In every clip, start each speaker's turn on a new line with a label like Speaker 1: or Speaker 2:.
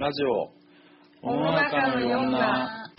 Speaker 1: ラジオ
Speaker 2: 世の中のいろんな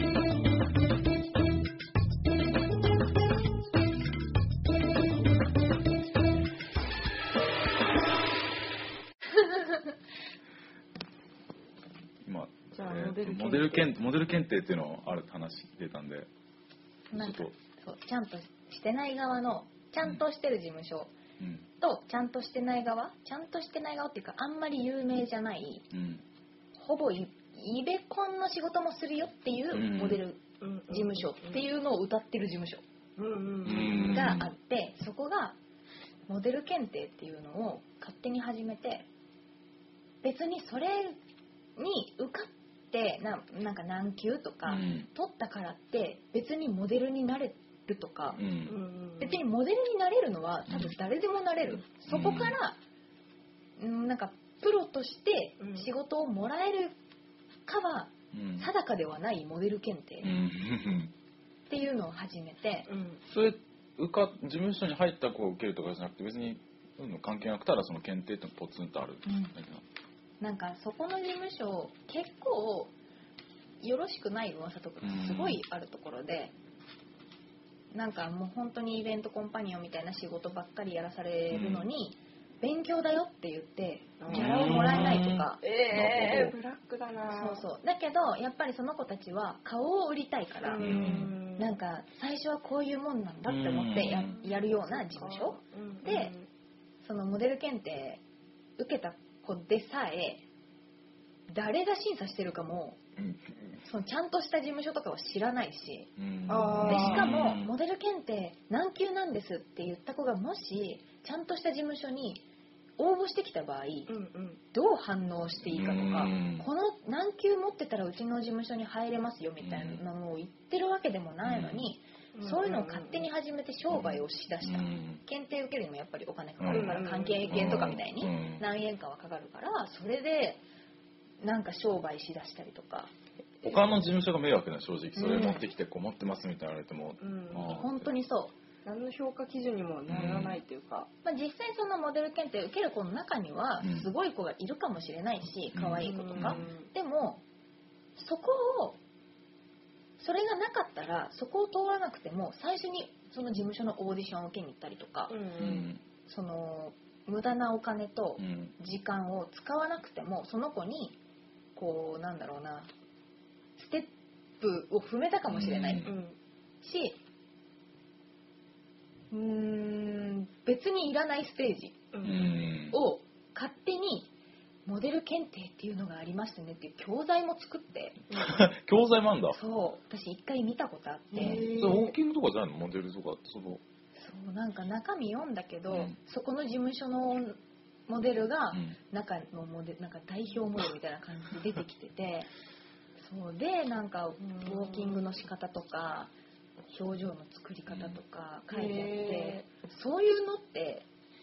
Speaker 1: 今
Speaker 2: じゃあ
Speaker 1: モデル検定っていうのあるって話出たんで、
Speaker 3: なんかそうちゃんとしてない側のちゃんとしてる事務所とちゃんとしてない側っていうか、あんまり有名じゃない、ほぼイベコンの仕事もするよっていうモデル事務所っていうのを謳ってる事務所があって、そこがモデル検定っていうのを勝手に始めて、別にそれに受かってなんか何級とか取ったからって別にモデルになれるとか、別にモデルになれるのは多分誰でもなれる、そこからなんかプロとして仕事をもらえるかは定かではないモデル検定っていうのを始めて、
Speaker 1: それ事務所に入った子を受けるとかじゃなくて、別にそういうの関係なくただその検定ってポツンとある、
Speaker 3: なんかそこの事務所結構よろしくない噂とかすごいあるところで、なんかもう本当にイベントコンパニオンみたいな仕事ばっかりやらされるのに、勉強だよって言ってギャラをもらえないとか、
Speaker 2: ブラックだな。
Speaker 3: そうだけどやっぱりその子たちは顔を売りたいから、なんか最初はこういうもんなんだって思ってやるような事務所で、そのモデル検定受けた子でさえ誰が審査してるかもそのちゃんとした事務所とかは知らないし、でしかもモデル検定何級なんですって言った子がもしちゃんとした事務所に応募してきた場合、どう反応していいかとか、この何級持ってたらうちの事務所に入れますよみたいなのを言ってるわけでもないのに、そういうのを勝手に始めて商売をしだした。検定受けるにもやっぱりお金かかるから、関係券とかみたいに何円かはかかるから、それでなんか商売しだしたりとか。
Speaker 1: 他の事務所が迷惑な、正直それ持ってきてこう持ってますみたいな言われても、
Speaker 3: 本当にそう。
Speaker 2: 何の評価基準にもならないというか、
Speaker 3: 実際そのモデル検定受ける子の中にはすごい子がいるかもしれないし、可愛い子とか、でもそれがなかったらそこを通らなくても最初にその事務所のオーディションを受けに行ったりとか、その無駄なお金と時間を使わなくてもその子にこうなんだろうなステップを踏めたかもしれないし、別にいらないステージを勝手にモデル検定っていうのがありましたねっていう教材も作って
Speaker 1: 教材もあんだ。
Speaker 3: そう私一回見たことあって、
Speaker 1: それウォーキングとかじゃないの、モデルとか
Speaker 3: そうなんか中身読んだけど、そこの事務所のモデルが中のモデルなんか代表モデルみたいな感じで出てきててそうでなんかウォーキングの仕方とか表情の作り方とか書いてあって、そういうのって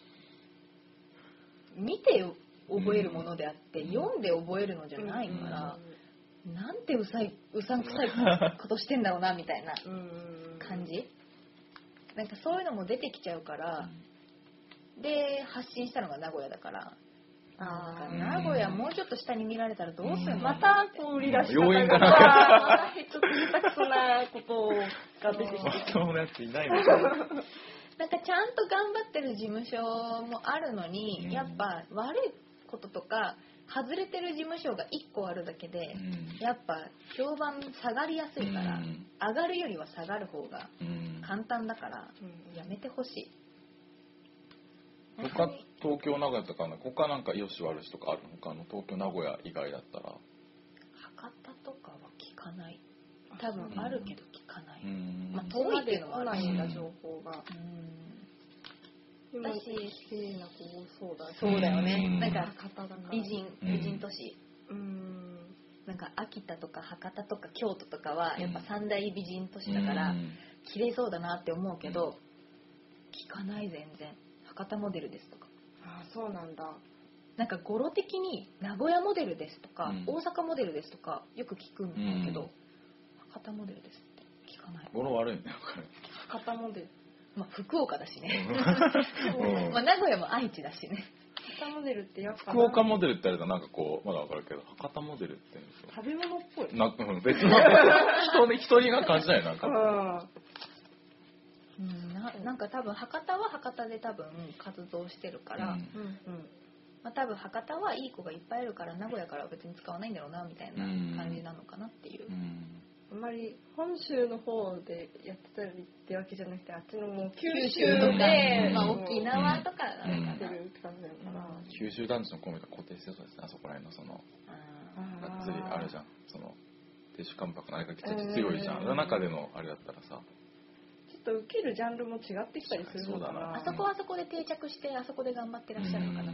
Speaker 3: 見て覚えるものであって読んで覚えるのじゃないから、なんてうさんくさいことしてんだろうなみたいな感じ、なんかそういうのも出てきちゃうから、で発信したのが名古屋だから、名古屋もうちょっと下に見られたらどうするの、
Speaker 2: またこう売り出し方
Speaker 1: 要因が
Speaker 2: またちょっと下手くそなことが出てきて
Speaker 1: そんなやついないの
Speaker 3: なんかちゃんと頑張ってる事務所もあるのに、やっぱ悪いこととか外れてる事務所が1個あるだけで、やっぱ評判下がりやすいから、上がるよりは下がる方が簡単だから、やめてほしい。
Speaker 1: 他東京名古屋とか他なんか良し悪しとかあるのか、東京名古屋以外だったら。
Speaker 3: 博多とかは聞かない、多分あるけど聞かない、
Speaker 2: 遠いっていうのもあるし、情報が。
Speaker 3: 私
Speaker 2: 綺麗な子そうだ。
Speaker 3: そうだよね。なんか美人都市。なんか秋田とか博多とか京都とかはやっぱ三大美人都市だから綺麗そうだなって思うけど、聞かない全然。博多モデルですとか。
Speaker 2: そうなんだ。
Speaker 3: なんか語呂的に名古屋モデルですとか、大阪モデルですとかよく聞くんだけど、博多モデルですって聞かない。
Speaker 1: 語呂悪いね。
Speaker 2: 博多モデル。
Speaker 3: 福岡だしね。名古屋も愛知だしね。
Speaker 2: 博多モデルってやっぱ
Speaker 1: 福岡モデルってあれだ、なんかこうまだわかるけど、博多モモデルって言うんですよ。
Speaker 2: 食べ物っぽい。
Speaker 1: なんか別の人が感じないなんか。
Speaker 3: なんか多分博多は博多で多分活動してるから、まあ、多分博多はいい子がいっぱいいるから名古屋からは別に使わないんだろうなみたいな感じなのかなっていう。
Speaker 2: あんまり本州の方でやってたりってわけじゃなくて、あっちのもう九州
Speaker 3: で、まあ、沖縄とか
Speaker 2: やってるって感じなのかな。
Speaker 1: 九州男児のコメが固定してそうですね。あそこら辺のそのがっつりあるじゃん。その亭主関白のあれがきつい強いじゃん。その中でのあれだったらさ。
Speaker 2: ちょっと受けるジャンルも違ってきたりするのかな。
Speaker 3: あそこはあそこで定着してあそこで頑張ってらっしゃるのかな。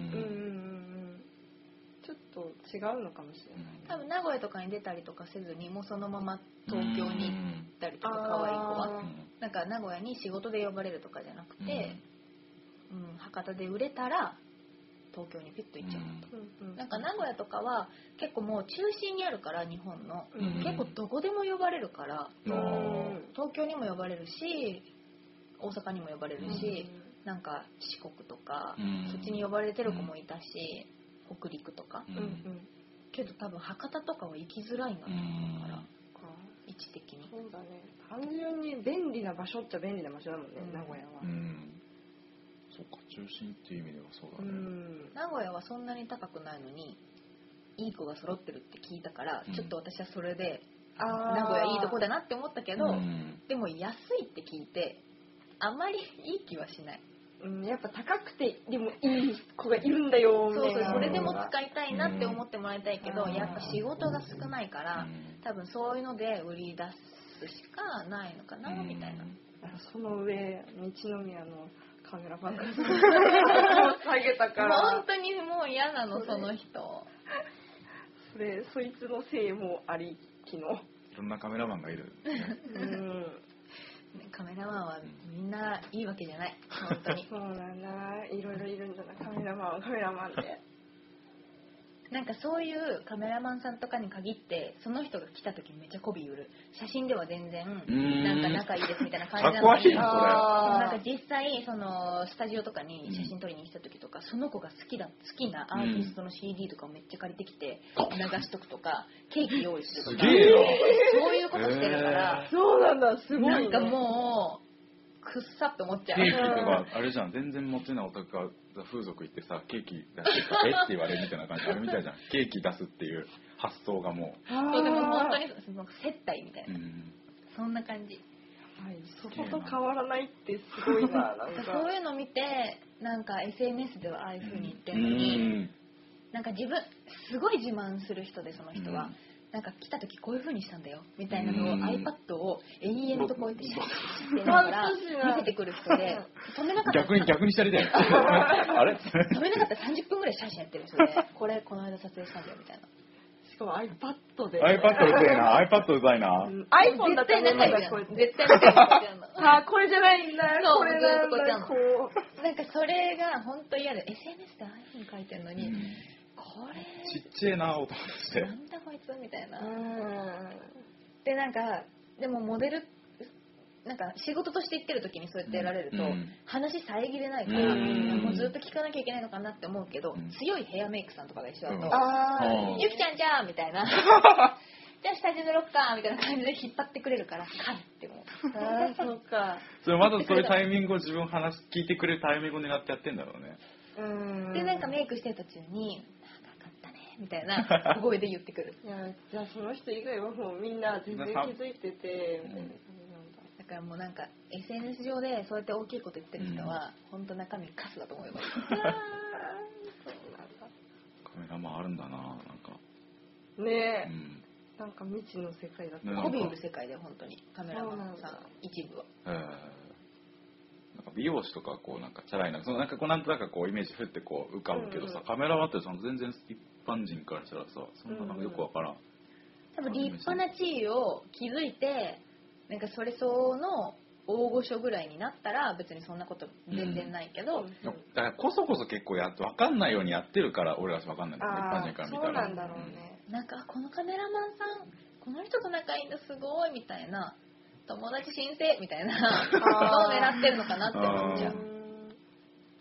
Speaker 2: ちょっと違うのかもしれない。
Speaker 3: 多分名古屋とかに出たりとかせずにもうそのまま東京に行ったりとか可愛い子はなんか名古屋に仕事で呼ばれるとかじゃなくて、博多で売れたら東京にピッと行っちゃうと。なんか名古屋とかは結構もう中心にあるから日本の、結構どこでも呼ばれるから、東京にも呼ばれるし大阪にも呼ばれるし、なんか四国とか、そっちに呼ばれてる子もいたし、北陸とか、けど多分博多とかは行きづらいなと思うから、位置的に。
Speaker 2: そうだね。単純に便利な場所っちゃ便利な場所だもんね、名古屋は。
Speaker 1: そうか、中心っていう意味ではそうだね。
Speaker 3: 名古屋はそんなに高くないのにいい子が揃ってるって聞いたから、ちょっと私はそれで名古屋いいとこだなって思ったけど、でも安いって聞いてあまりいい気はしない。
Speaker 2: やっぱ高くてでもいい子がいるんだよみたいな。
Speaker 3: そうそれでも使いたいなって思ってもらいたいけど、やっぱ仕事が少ないから、多分そういうので売り出すしかないのかなみたいな。
Speaker 2: その上道宮のカメラマンが下げたから
Speaker 3: 本当にもう嫌なのその人。
Speaker 2: そいつのせいもありきの。
Speaker 1: いろんなカメラマンがいる。
Speaker 3: カメラマンはみんないいわけじゃない本当に。
Speaker 2: そうなんだ、いろいろいるんだな、カメラマンで。
Speaker 3: なんかそういうカメラマンさんとかに限ってその人が来た時めっちゃ媚び売る。写真では全然なんか仲いいですみたいな感じなのに、なんか実際そのスタジオとかに写真撮りに来た時とか、その子が好きなアーティストの CD とかをめっちゃ借りてきて流しとくとか、ケーキ用意するとか、そういうことしてるから。
Speaker 2: そうなんだ、すごい、ね。
Speaker 3: なんかもうくっさって思っちゃう。
Speaker 1: ケーキとかあれじゃん、全然持ってないオタクが風俗行ってさ、ケーキ出してさえって言われるみたいな感じ、あれみたいじゃん。ケーキ出すっていう発想がもう。
Speaker 3: そうでも本当にその接待みたいな、そんな感じ。
Speaker 2: そこと変わらないってすごいな。なんか
Speaker 3: そういうの見てなんか SNS ではああいう風に言ってるのに、なんか自分すごい自慢する人でその人は。なんか来た時こういう風にしたんだよみたいなのを iPad を永遠とこうやってシャッシャッってながら見せてくる人で、止めなかったら
Speaker 1: 逆にしたりだよあれ
Speaker 3: 止めなかったら30分ぐらいシャッシャッやってる人で、この間撮影したんだよみたいな。
Speaker 2: しかも iPad で
Speaker 1: iPad うざいな iPad うざいな、
Speaker 2: iPhone だったら
Speaker 3: 絶対仲良い
Speaker 2: あ、これじゃないんだ、これなんだ、
Speaker 3: なんかそれが本当嫌で SNS でああいう風に書いてるのに、これ
Speaker 1: ちっちゃいな音として
Speaker 3: なんだこいつみたいな。でなんかでもモデルなんか仕事として行ってる時にそうやってやられると、話遮れないから、もうずっと聞かなきゃいけないのかなって思うけど、強いヘアメイクさんとかが一緒だと、ゆきちゃんじゃあみたいなじゃあ下地塗ろっかみたいな感じで引っ張ってくれるからかって思う。
Speaker 2: そうか。
Speaker 1: それまだそういうタイミングを自分話聞いてくれるタイミングを狙ってやってんだろうね。
Speaker 3: でなんかメイクしてる途中に長かったねみたいな小声で言ってくる。
Speaker 2: いやじゃあその人以外はもうみんな全然気づいててみたいな感じなんだ。
Speaker 3: だからもうなんか SNS 上でそうやって大きいこと言ってる人は、本当中身カスだと思います。
Speaker 2: そうなんだ。
Speaker 1: カメラマンあるんだな、なんか
Speaker 2: ねえ、なんか未知の世界だった。
Speaker 3: 媚び売る世界で本当にカメラマンさん一部は。
Speaker 1: なんか美容師とかこうなんかチャラいなんかこうなんとなくこうイメージふってこう浮かぶけどさ、カメラマンってその全然一般人からしたらさ、そんなのよくわからん。
Speaker 3: 多分立派な地位を築いてなんかそれ相応の大御所ぐらいになったら別にそんなこと全然ないけど、
Speaker 1: だからこそ結構分かんないようにやってるから俺ら分かんないんだよね、一般人から見たら。
Speaker 2: そうなんだろうね。
Speaker 3: なんかこのカメラマンさんこの人と仲いいんだすごいみたいな、友達申請みたいなことを狙ってるのかなって思っちゃう。
Speaker 2: な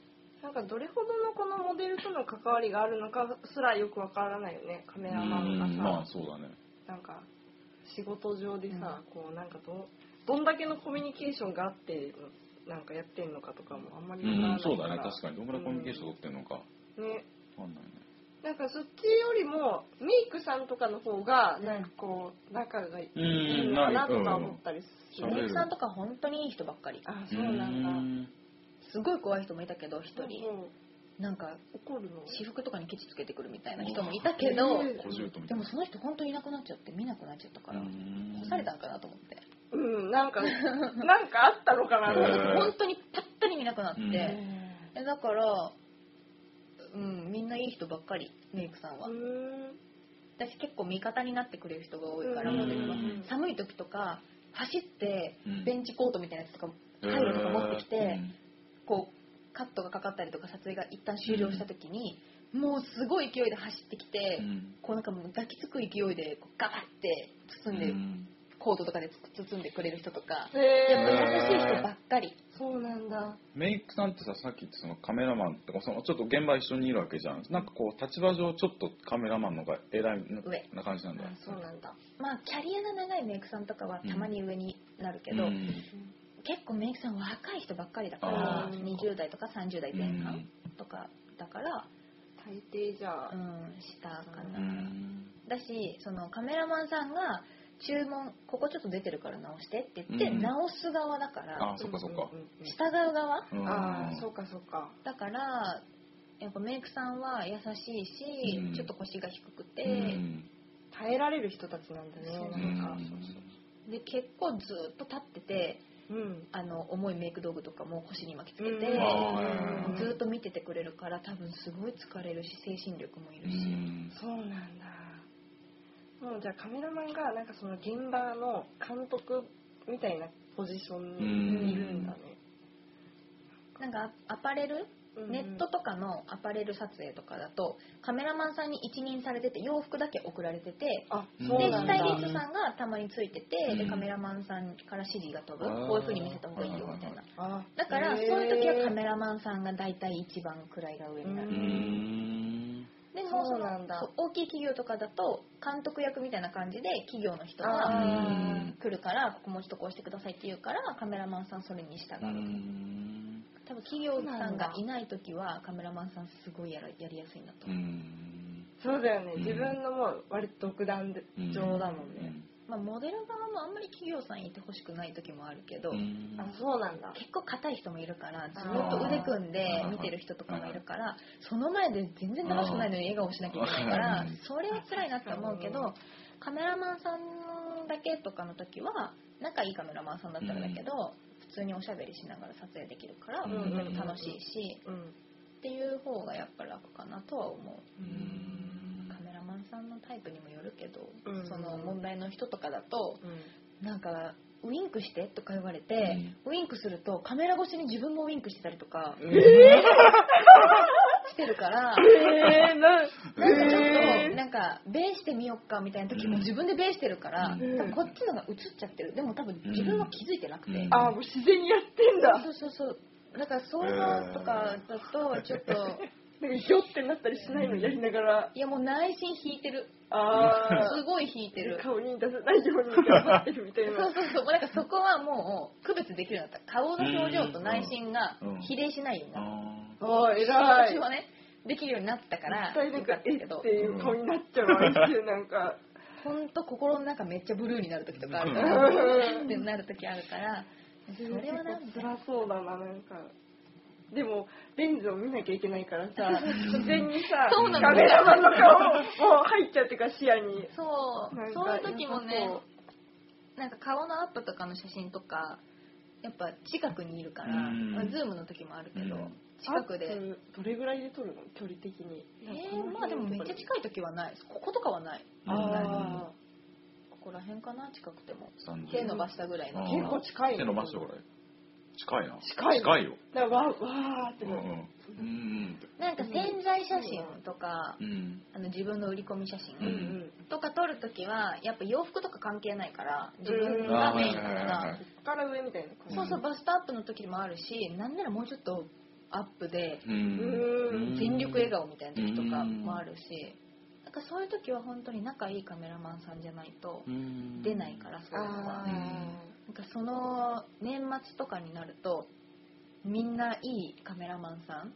Speaker 2: なんかどれほどのこのモデルとの関わりがあるのかすらよくわからないよね、カメラマンがさ。
Speaker 1: まあそうだね。
Speaker 2: なんか仕事上でさ、こうなんかどんだけのコミュニケーションがあってなんかやってんのかとかもあんまりわからないから。
Speaker 1: そうだね、確かにどんぐらいコミュニケーション取ってんのか。
Speaker 2: ね。
Speaker 1: わかんないね。
Speaker 2: なんかそっちよりもメイクさんとかの方がなんかこう仲がいいのかなとか思ったりする。
Speaker 3: メイクさんとか本当にいい人ばっかり。
Speaker 2: あ、そうなんだ。
Speaker 3: すごい怖い人もいたけど一人。なんか
Speaker 2: 怒るの
Speaker 3: 私服とかにケチつけてくるみたいな人もいたけど、でもその人本当にいなくなっちゃって見なくなっちゃったから干されたんかなと思って。なんかあったのかな。 本当にぱったり見なくなって、だからみんないい人ばっかりメイクさんは。私結構味方になってくれる人が多いからモデルは寒い時とか走ってベンチコートみたいなやつとかカイロとか持ってきてこうカットがかかったりとか撮影が一旦終了した時に、もうすごい勢いで走ってきて、こうなんかもう抱きつく勢いでこうガーって包んで、コートとかで包んでくれる人とか、やっぱ優しい人ばっかり。
Speaker 2: そうなんだ。
Speaker 1: メイクさんってさっき言ってそのカメラマンとかそのちょっと現場一緒にいるわけじゃん。なんかこう立場上ちょっとカメラマンの方が偉いな感じなんだ。
Speaker 3: そうなんだ。まあキャリアが長いメイクさんとかはたまに上になるけど。結構メイクさん若い人ばっかりだから20代とか30代前半とかだから
Speaker 2: 大抵じゃあ
Speaker 3: 下かな。だしそのカメラマンさんが注文ここちょっと出てるから直してって言って直す側だから
Speaker 1: そっかそっか
Speaker 3: 従う側
Speaker 2: そうかそうか。
Speaker 3: だからやっぱメイクさんは優しいしちょっと腰が低くて
Speaker 2: 耐えられる人たちなんだね。なんか
Speaker 3: で結構ずっと立ってて重いメイク道具とかも腰に巻きつけてずっと見ててくれるから多分すごい疲れるし精神力もいるし。
Speaker 2: そうなんだ。もうじゃあカメラマンがなんかその現場の監督みたいなポジションにいるんだね。
Speaker 3: なんかアパレルネットとかのアパレル撮影とかだとカメラマンさんに一任されてて洋服だけ送られててでスタイリストさんがたまについててでカメラマンさんから指示が飛ぶこういう風に見せた方がいいよみたいな。だからそういう時はカメラマンさんがだいたい一番位が上になる。でもその大きい企業とかだと監督役みたいな感じで企業の人が来るからここもうちょっとこうしてくださいって言うからカメラマンさんそれに従う。多分企業さんがいない時はカメラマンさんすごいやりやすいんだと思う。
Speaker 2: そうだよね。自分のもう割と独断上だもんね。
Speaker 3: まあ、モデル側もあんまり企業さんいてほしくない時もあるけど、
Speaker 2: そうなんだ。
Speaker 3: 結構硬い人もいるからずっと腕組んで見てる人とかもいるからその前で全然楽しくないのに笑顔しなきゃいけないからそれは辛いなって思うけどカメラマンさんだけとかの時は仲いいカメラマンさんだったらだけど普通におしゃべりしながら撮影できるから本当に楽しいしっていう方がやっぱ楽かなとは思う。カメラマンさんのタイプにもよるけどその問題の人とかだとなんかウインクしてとか言われてウインクするとカメラ越しに自分もウインクしてたりとかしてるからなんかちょっとなんかベーしてみよっかみたいな時も自分でベーしてるから多分こっちのが映っちゃってる。でも多分自分は気づいてなくて
Speaker 2: もう自然にやってんだ。
Speaker 3: そうだからそういうのとかだとちょっと
Speaker 2: なんかギョってなったりしないのやりながら。
Speaker 3: いやもう内心引いてる。すごい引いてる。
Speaker 2: 顔に出せないように頑張ってるみたいな。
Speaker 3: そうなんかそこはもう区別できるようになった。顔の表情と内心が比例しないようになった。
Speaker 2: 偉い。
Speaker 3: 私はねできるようになったから
Speaker 2: 絶対なんかっていう顔になっちゃうわってなんか
Speaker 3: ほんと心の中めっちゃブルーになる時とかあるからってなる時あるからそれはなん
Speaker 2: 辛そうだな。なんかでもレンズを見なきゃいけないからさ自然にさカメラマンの顔もう入っちゃうっていうか視野に
Speaker 3: そういう時もねなんか顔のアップとかの写真とかやっぱ近くにいるから、ズームの時もあるけど、近くで
Speaker 2: どれぐらいで撮るの距離的に。
Speaker 3: まあでもめっちゃ近い時はない。こことかはない。ここら辺かな近くても手伸ばしたぐらいの。
Speaker 2: 結構近い。
Speaker 1: 手伸ばしたぐらい。近いな。
Speaker 2: 近い
Speaker 1: よ。
Speaker 2: だからわーって
Speaker 3: なんか宣材写真とか、自分の売り込み写真とか撮るときはやっぱ洋服とか関係ないから自分がメインだから
Speaker 2: こっから上みたいな。
Speaker 3: そうバストアップの時もあるしなんならもうちょっとアップで全力笑顔みたいな時とかもあるし、なんかそういう時は本当に仲いいカメラマンさんじゃないと出ないから、そういうのは。なんかその年末とかになるとみんないいカメラマンさん、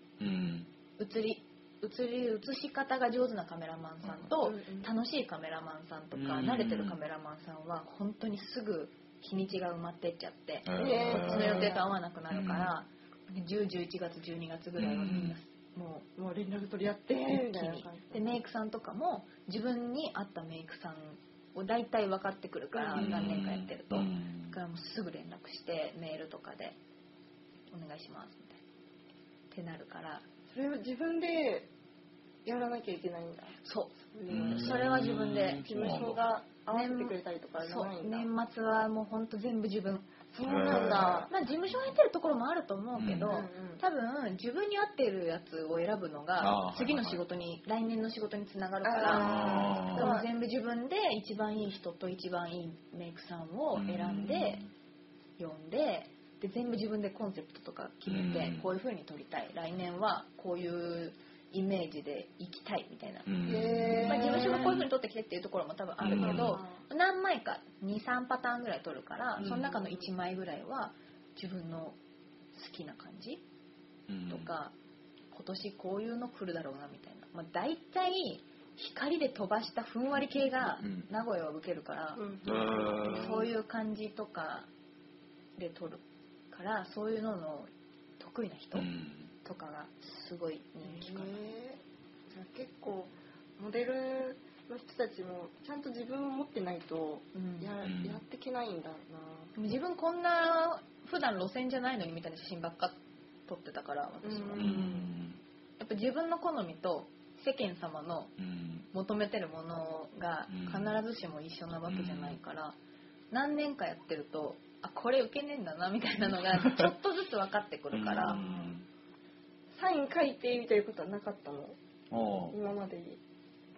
Speaker 3: 映し方が上手なカメラマンさんと楽しいカメラマンさんとか慣れてるカメラマンさんは本当にすぐ日にちが埋まってっちゃってその予定と合わなくなるから10、11月、12月ぐらいはみんなも
Speaker 2: う連絡取り合って
Speaker 3: 一気にでメイクさんとかも自分に合ったメイクさんを大体分かってくるから何年かやってるとだからもうすぐ連絡してメールとかでお願いしますみたいなってなるから
Speaker 2: それを自分でやらなきゃいけないんだ。
Speaker 3: それは自分で
Speaker 2: 事務所が合わせてくれたりとかじゃないんだ。
Speaker 3: 年末はもうほんと全部自分。
Speaker 2: そうなんだ。
Speaker 3: まあ事務所入ってるところもあると思うけど、多分自分に合ってるやつを選ぶのが次の仕事に、来年の仕事につながるから全部自分で一番いい人と一番いいメイクさんを選んで呼んで全部自分でコンセプトとか決めてこういう風に撮りたい、来年はこういうイメージで行きたいみたいな、まあ、事務所がこういう風に撮ってきてっていうところも多分あるけど、何枚か 2,3 パターンぐらい撮るから、その中の1枚ぐらいは自分の好きな感じとか、今年こういうの来るだろうなみたいな、まあ、大体光で飛ばしたふんわり系が名古屋は受けるから、そういう感じとかで撮るからそういうのの得意な人とかがすごい人気かな。
Speaker 2: じゃあ結構モデルの人たちもちゃんと自分を持ってないとやっていけないんだな。
Speaker 3: 自分こんな普段路線じゃないのにみたいな写真ばっか撮ってたから私も、やっぱ自分の好みと世間様の求めてるものが必ずしも一緒なわけじゃないから、何年かやってるとあこれ受けねえんだなみたいなのがちょっとずつ分かってくるから
Speaker 2: サイン書いてみたいなことはなかったの？今までに。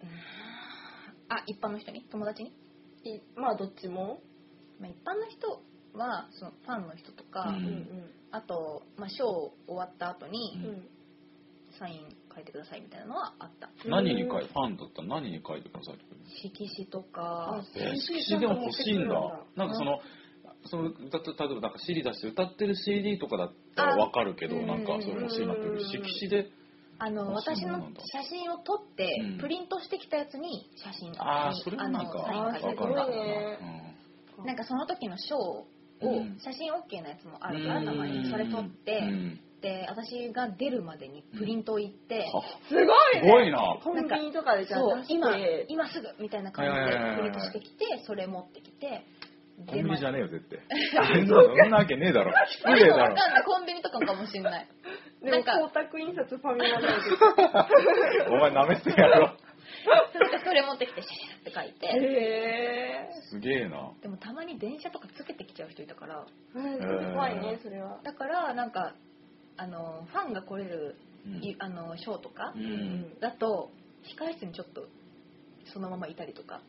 Speaker 3: 一般の人に？友達に？
Speaker 2: まあどっちも。
Speaker 3: まあ、一般の人はそのファンの人とか、あと、まあ、ショー終わった後に、サイン書いてくださいみたいなのはあった。
Speaker 1: 何に書いて、ファンだったら何に書いてくださいって？
Speaker 3: 色紙とか。
Speaker 1: 色紙でも欲しいんだ。なんかその例えばなんか CD 出して歌ってる CD とかだったらわかるけど、なんかそれ欲しいなっていう色紙で
Speaker 3: 私の写真を撮ってプリントしてきたやつに写真
Speaker 1: それはなんか
Speaker 3: サイン書いてくるかなんかその時のショーを写真 OK なやつもあるからたまにそれ撮ってで私が出るまでにプリントを行って
Speaker 2: すごいね。
Speaker 1: すごいな。
Speaker 2: コンビニとかでじゃあ
Speaker 3: 今すぐみたいな感じでプリントしてきてそれ持ってきて
Speaker 1: コンビニじゃねえよ絶対。そんなわけねえだろ。失礼だろ。
Speaker 3: コンビニとかかもしれない。
Speaker 2: でも光沢印刷ファミマだよ。
Speaker 1: お前舐めすぎやろ。
Speaker 3: それ持ってきてシャシャって書いて。
Speaker 1: すげえな。
Speaker 3: でもたまに電車とかつけてきちゃう人いたから。
Speaker 2: 怖いねそれは。
Speaker 3: だからなんかファンが来れるショーとかだと控室にちょっとそのままいたりとか。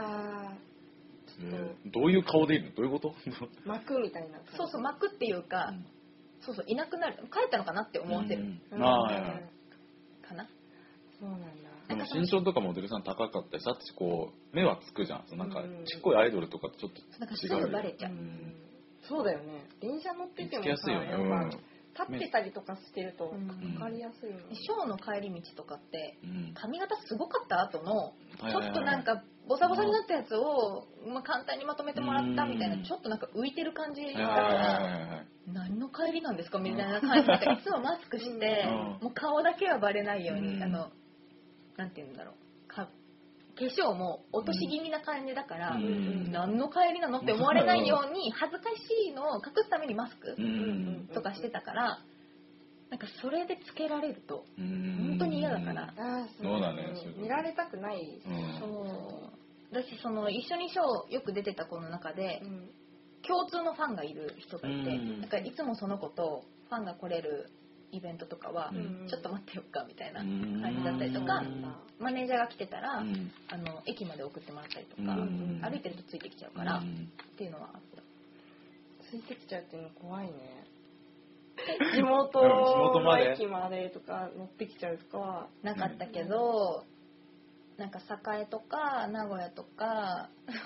Speaker 1: どういう顔でいるの？どういうこと？
Speaker 2: 巻くみたいな。
Speaker 3: そうそう巻くっていうか、そういなくなる帰ったのかなって思わせる。かな。
Speaker 2: そうなんだ。
Speaker 1: でも身長とかモデルさん高かったりさ、私こう目はつくじゃん。なんかちっこいアイドルとかとちょっと違う。
Speaker 3: なんかすぐバレちゃう。
Speaker 2: そうだよね。電車乗っててもさ、立ってたりとかしてると分かりやすいの。
Speaker 3: ショーの帰り道とかって髪型すごかった後のちょっとなんかボサボサになったやつを簡単にまとめてもらったみたいなちょっとなんか浮いてる感じだから何の帰りなんですかみたいな感じでいつもマスクしてもう顔だけはバレないようになんていうんだろう化粧も落とし気味な感じだから何の帰りなのって思われないように恥ずかしいのを隠すためにマスクとかしてたからなんかそれでつけられると本当に嫌だから
Speaker 1: そうだね
Speaker 2: 見られたくない
Speaker 3: そうだしその一緒にショーよく出てた子の中で共通のファンがいる人がいてだからいつもその子とファンが来れるイベントとかはちょっと待ってよっかみたいな感じだったりとかマネージャーが来てたら駅まで送ってもらったりとか歩いてるとついてきちゃうからっていうのはあった。
Speaker 2: ついてきちゃうっていうの怖いね。 地元の駅までとか乗ってきちゃうとかは
Speaker 3: なかったけど、なんか栄とか名古屋とか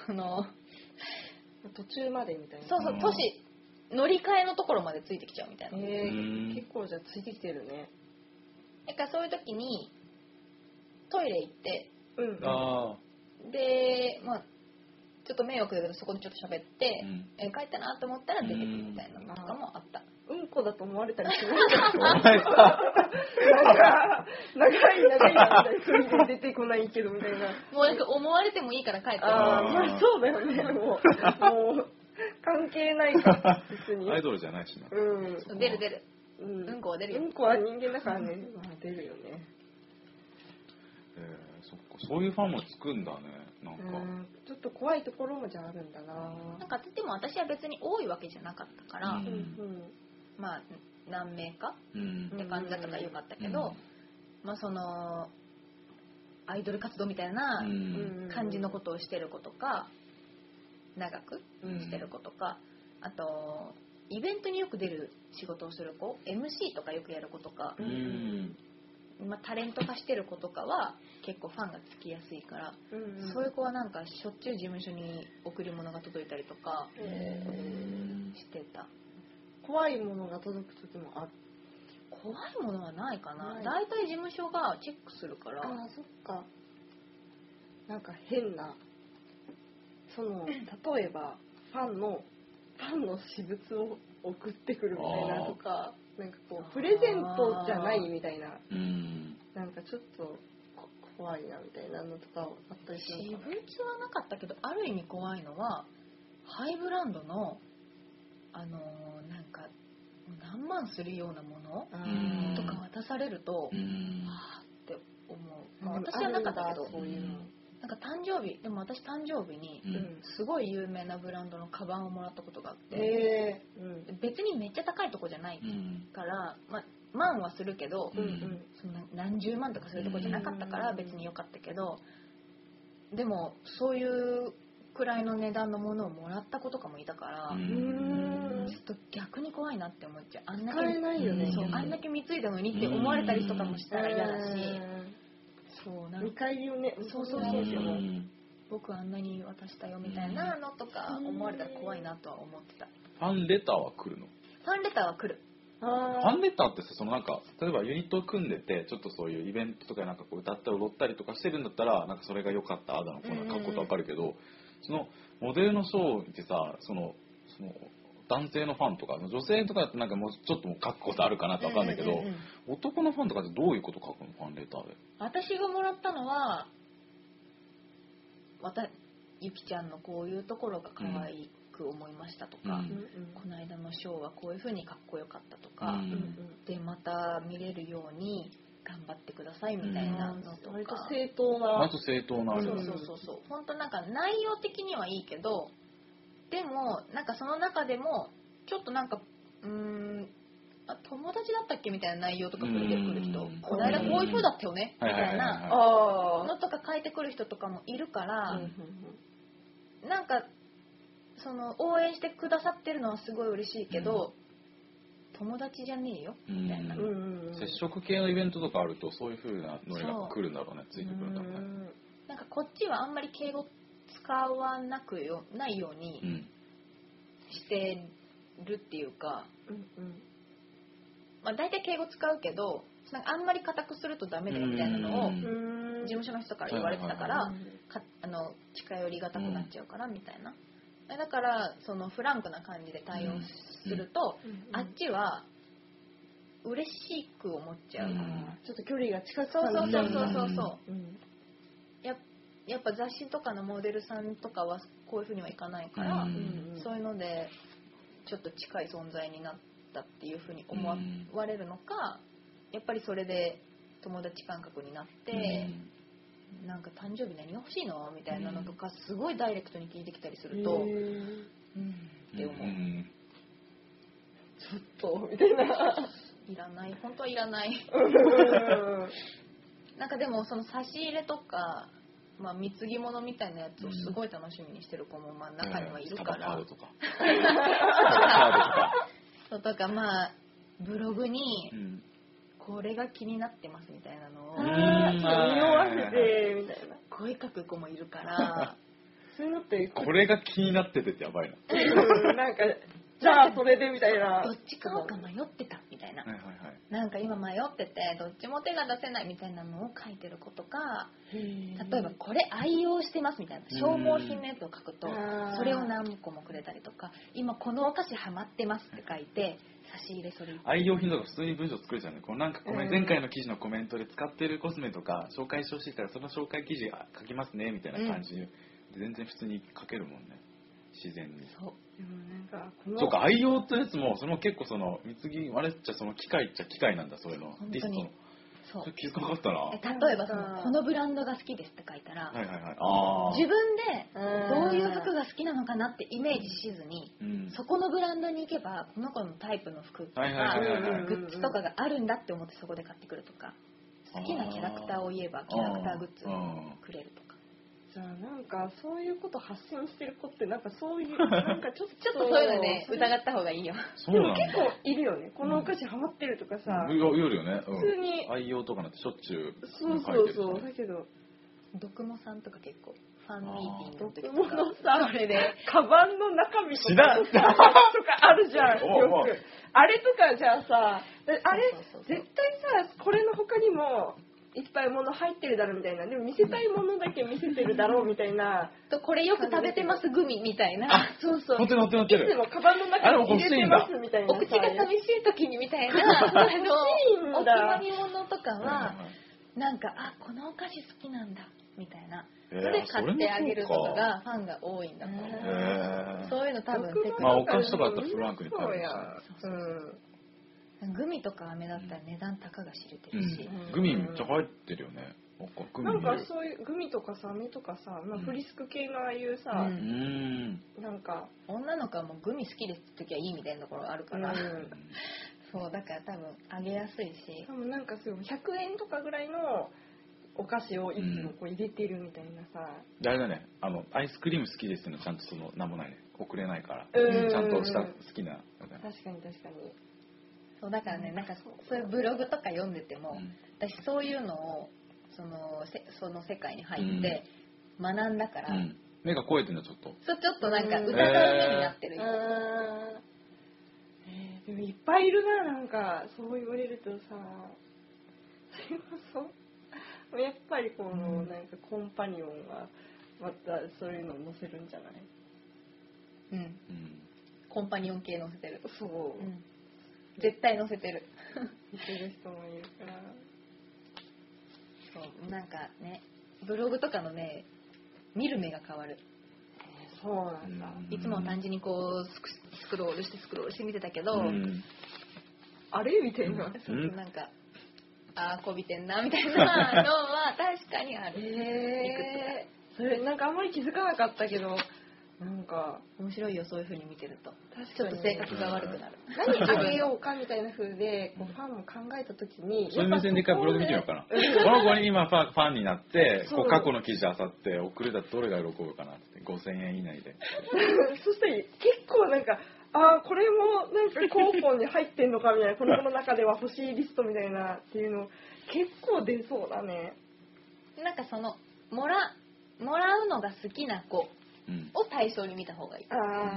Speaker 2: 途中までみたいな。
Speaker 3: そう都市乗り換えのところまでついてきちゃうみたいな。
Speaker 2: 結構じゃあついてきてるね。
Speaker 3: だからそういう時にトイレ行って、でまあちょっと迷惑だけどそこでちょっと喋って、帰ったなと思ったら出てくるみたいなのとかもあった。
Speaker 2: うんこだと思われたりする。お前さ、なんか長いみたいな、それで出てこないけどみたいな。
Speaker 3: もうなんか思われてもいいから帰って。
Speaker 2: まあそうだよね。もう関係ないから別に。
Speaker 1: アイドルじゃないしな。
Speaker 3: 出る。うんこは出るよ。
Speaker 2: うんこは人間だからね。まあ出るよね。
Speaker 1: そっか、そういうファンもつくんだね。なんか
Speaker 2: ちょっと怖いところもじゃあるんだな。
Speaker 3: なんかでも私は別に多いわけじゃなかったから、まあ何名かって感じだったからよかったけど、まあそのアイドル活動みたいな感じのことをしてる子とか、長くしてる子とか、あとイベントによく出る仕事をする子、 MC とかよくやる子とか、まあ、タレント化してる子とかは結構ファンがつきやすいから、そういう子はなんかしょっちゅう事務所に贈り物が届いたりとかしてた。
Speaker 2: 怖いものが届く時もある。
Speaker 3: 怖いものはないかな。だいたい事務所がチェックするから。
Speaker 2: そっか。なんか変な例えばファンの私物を送ってくるみたいなとか、なんかこうプレゼントじゃないみたいな、なんかちょっと怖いなみたいなのとかあったりするのかな。
Speaker 3: 私物はなかったけど、ある意味怖いのはハイブランドのなんか何万するようなものとか渡されると、はぁって思う。まあ、私はなかったけど、そういうの。なんかでも私誕生日にすごい有名なブランドのカバンをもらったことがあって、別にめっちゃ高いとこじゃないから、まあ万はするけど、そんな何十万とかするとこじゃなかったから別に良かったけど、でもそういうくらいの値段のものをもらった子とかもいたから、ちょっと逆に怖いなって思っちゃう。あんだけ
Speaker 2: 使えないよね。
Speaker 3: あんだけ貢いだのにって思われたりとかもしたら嫌だし、そうなんか
Speaker 2: 見返りをね、
Speaker 3: そう僕あんなに渡したよみたいなのとか思われたら怖いなとは思ってた。
Speaker 1: ファンレターは来るの？
Speaker 3: ファンレターは来る。
Speaker 1: ファンレターってさ、なんか例えばユニットを組んでてちょっとそういうイベントとかなんかこう歌ったり踊ったりとかしてるんだったら、なんかそれが良かったあだのこうな書くことわかるけど、そのモデルの賞ってさ、その男性のファンとか女性とかだってなんかもうちょっともう書くことあるかなってわかんないけど、男のファンとかってどういうこと書くの？ファンレターで。
Speaker 3: 私がもらったのはゆきちゃんのこういうところが可愛く思いましたとか、この間のショーはこういう風にかっこよかったとか、でまた見れるように頑張ってくださいみたいなのとか、
Speaker 2: 割と正当な
Speaker 3: そう本当なんか内容的にはいいけど、でもなんかその中でもちょっとなんか友達だったっけみたいな内容とかくれてくる人、この間こういう風だったよねみたいなのとか書いてくる人とかもいるから、なんかその応援してくださってるのはすごい嬉しいけど、友達じゃねえよみたいな。
Speaker 1: 接触系のイベントとかあるとそういう風なのが来るんだろうね、ついてくるんだろうね。
Speaker 3: なんかこっちはあんまり敬語使わないようにしてるっていうか、まあ大体敬語使うけど、なんかあんまり固くするとダメだよみたいなのを事務所の人から言われてたから、近寄りがたくなっちゃうからみたいな。だからそのフランクな感じで対応すると、あっちは嬉しく思っちゃう。
Speaker 2: ちょっと距離が近く
Speaker 3: そうやっぱ雑誌とかのモデルさんとかはこういう風にはいかないから、そういうのでちょっと近い存在になったっていう風に思われるのか、やっぱりそれで友達感覚になって、なんか誕生日何が欲しいのみたいなのとかすごいダイレクトに聞いてきたりすると、って思う。
Speaker 2: ちょっとみたいな。
Speaker 3: いらない、本当はいらない。なんかでもその差し入れとか、まあ、貢ぎ物みたいなやつをすごい楽しみにしてる子もまあ中にはいるから、
Speaker 1: カードとか
Speaker 3: そうとか、まあブログに、これが気になってますみたいなのを
Speaker 2: 匂わせてみたいな
Speaker 3: 声かく子もいるから
Speaker 2: そういうのって
Speaker 1: これが気になっててってやばいな。
Speaker 2: なんかじゃあそれでみたいな。
Speaker 3: どっち買おうか迷ってたみたいな。
Speaker 1: はいはいはい。
Speaker 3: なんか今迷っててどっちも手が出せないみたいなのを書いてる子とか、例えばこれ愛用してますみたいな消耗品のやつを書くとそれを何個もくれたりとか、今このお菓子ハマってますって書いて差し入れそれ
Speaker 1: 愛用品とか普通に文章作れちゃうね。このなんか前回の記事のコメントで使ってるコスメとか紹介してほしいからその紹介記事書きますねみたいな感じで全然普通に書けるもんね。自然に。
Speaker 3: そう。
Speaker 2: でもなんか
Speaker 1: そうか、愛用ってやつもそれも結構その貢ぎあれっちゃその機械っちゃ機械なんだ、そういうの。リストの。
Speaker 3: そう。
Speaker 1: 気づかなかったな。
Speaker 3: 例えばこのブランドが好きですって書いたら、
Speaker 1: はいはいはい、あ
Speaker 3: 自分でどういう服が好きなのかなってイメージしずに、そこのブランドに行けばこの子のタイプの服とかグッズとかがあるんだって思ってそこで買ってくるとか、好きなキャラクターを言えばキャラクターグッズをくれるとか。
Speaker 2: なんかそういうこと発信してる子ってなんかそういうなんかちょっと
Speaker 3: そういうのね疑った方がいいよ。
Speaker 1: そうなんだ。
Speaker 2: 結構いるよね。このお菓子ハマってるとかさ。
Speaker 1: 言うよね。
Speaker 2: 普通に
Speaker 1: 愛用とかなんてしょっちゅう
Speaker 2: そうだけど
Speaker 3: ドクモさんとか結構ファンミーティングの時
Speaker 2: とかドクモのさ
Speaker 3: それで
Speaker 2: カバンの中身とかあるじゃんよく。あれとかじゃあさ、あれ絶対さこれの他にもいっぱい物入ってるだろうみたいな、でも見せたいものだけ見せてるだろうみたいな
Speaker 3: とこれよく食べてますグミみたいな。
Speaker 2: そうそう。
Speaker 1: いつも
Speaker 2: カバンの中に入れてますみたいな。
Speaker 3: お口が寂しい時にみたいなおつまみ物とかはなんかこのお菓子好きなんだみたいな。それで買ってあげるとかがファンが多いんだと思う。そういうの多分テクニック。
Speaker 1: お菓子とかだったらフランクに買えるし。
Speaker 3: グミとか飴だったら値段たかが知れてるし、
Speaker 1: グミめっちゃ入ってるよね。
Speaker 2: なんかそういうグミとかさ飴とかさ、フリスク系のああいうさ、なんか
Speaker 3: 女の子はもうグミ好きですって時はいいみたいなところあるから、そうだから多分あげやすいし、
Speaker 2: 多分なんかすごい100円とかぐらいのお菓子をいつもこう入れてるみたいなさ。
Speaker 1: あれだね、アイスクリーム好きですってのちゃんとそのなんもないね、送れないから、ちゃんとした好きな。
Speaker 2: 確かに。
Speaker 3: そうだからね、なんかそういうブログとか読んでても、私そういうのをその世界に入って学んだから、
Speaker 1: 目が肥えてるのちょっと。
Speaker 3: そうちょっとなんか疑う目になってる。
Speaker 2: でもいっぱいいるな、なんかそう言われるとさ、そうやっぱりこのなんかコンパニオンがまたそういうの載せるんじゃない？
Speaker 3: コンパニオン系載せてる。
Speaker 2: そう。
Speaker 3: 絶対載せてる。
Speaker 2: 見てる人もいるから。
Speaker 3: そうなんかね、ブログとかのね見る目が変わる。
Speaker 2: そうなんだ。
Speaker 3: いつも単純にこうスクロールして見てたけど、
Speaker 2: あれみたいな。
Speaker 3: なんかこびてんなみたいなのは確かにある。
Speaker 2: それなんかあんまり気づかなかったけど。なんか
Speaker 3: 面白いよ、そういう風に見てるとちょっと性格が悪くなる。
Speaker 2: 何あげようかみたいな風でこうファンも考えた時に
Speaker 1: そういう目線で一回ブログ見てみようかな。この子に今ファンになってこう過去の記事あさって送れたらどれが喜ぶかなって5000円以内で
Speaker 2: そしたら結構なんかこれもなんか候補に入ってんのかみたいな、この子の中では欲しいリストみたいなっていうの結構出そうだね。
Speaker 3: なんかそのもらうのが好きな子を対象に見た方がいい。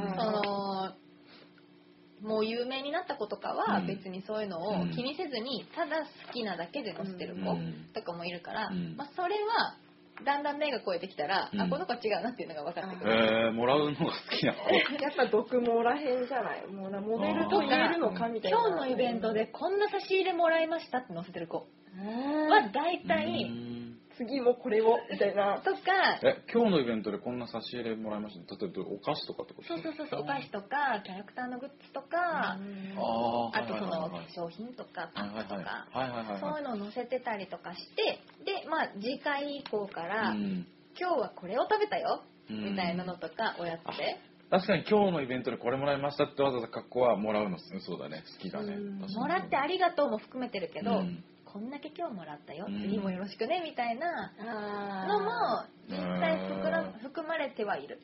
Speaker 3: もう有名になった子とかは別にそういうのを気にせずにただ好きなだけで載せてる子とかもいるから、それはだんだん目が超えてきたら、この子違うなっていうのが分かってくる。
Speaker 1: もらうのが好きな子
Speaker 2: やっぱ毒もらへんじゃない、モデルと言えるのかみたいな。
Speaker 3: 今日のイベントでこんな差し入れもらいましたって載せてる子は大体
Speaker 2: 次もこれをみたいな
Speaker 3: とか、
Speaker 1: 今日のイベントでこんな差し入れもらいました。例えばお菓子とかってこと？
Speaker 3: そうお菓子とかキャラクターのグッズとか、あとその化粧品とかパックとかそういうのを載せてたりとかして、で次回以降から、今日はこれを食べたよみたいなのとかをやって。
Speaker 1: 確かに今日のイベントでこれもらいましたってわざわざ格好はもらうのそうだね、好きだね。
Speaker 3: もらってありがとうも含めてるけど、こんだけ今日もらったよ、次もよろしくねみたいなのも実際含まれてはいる。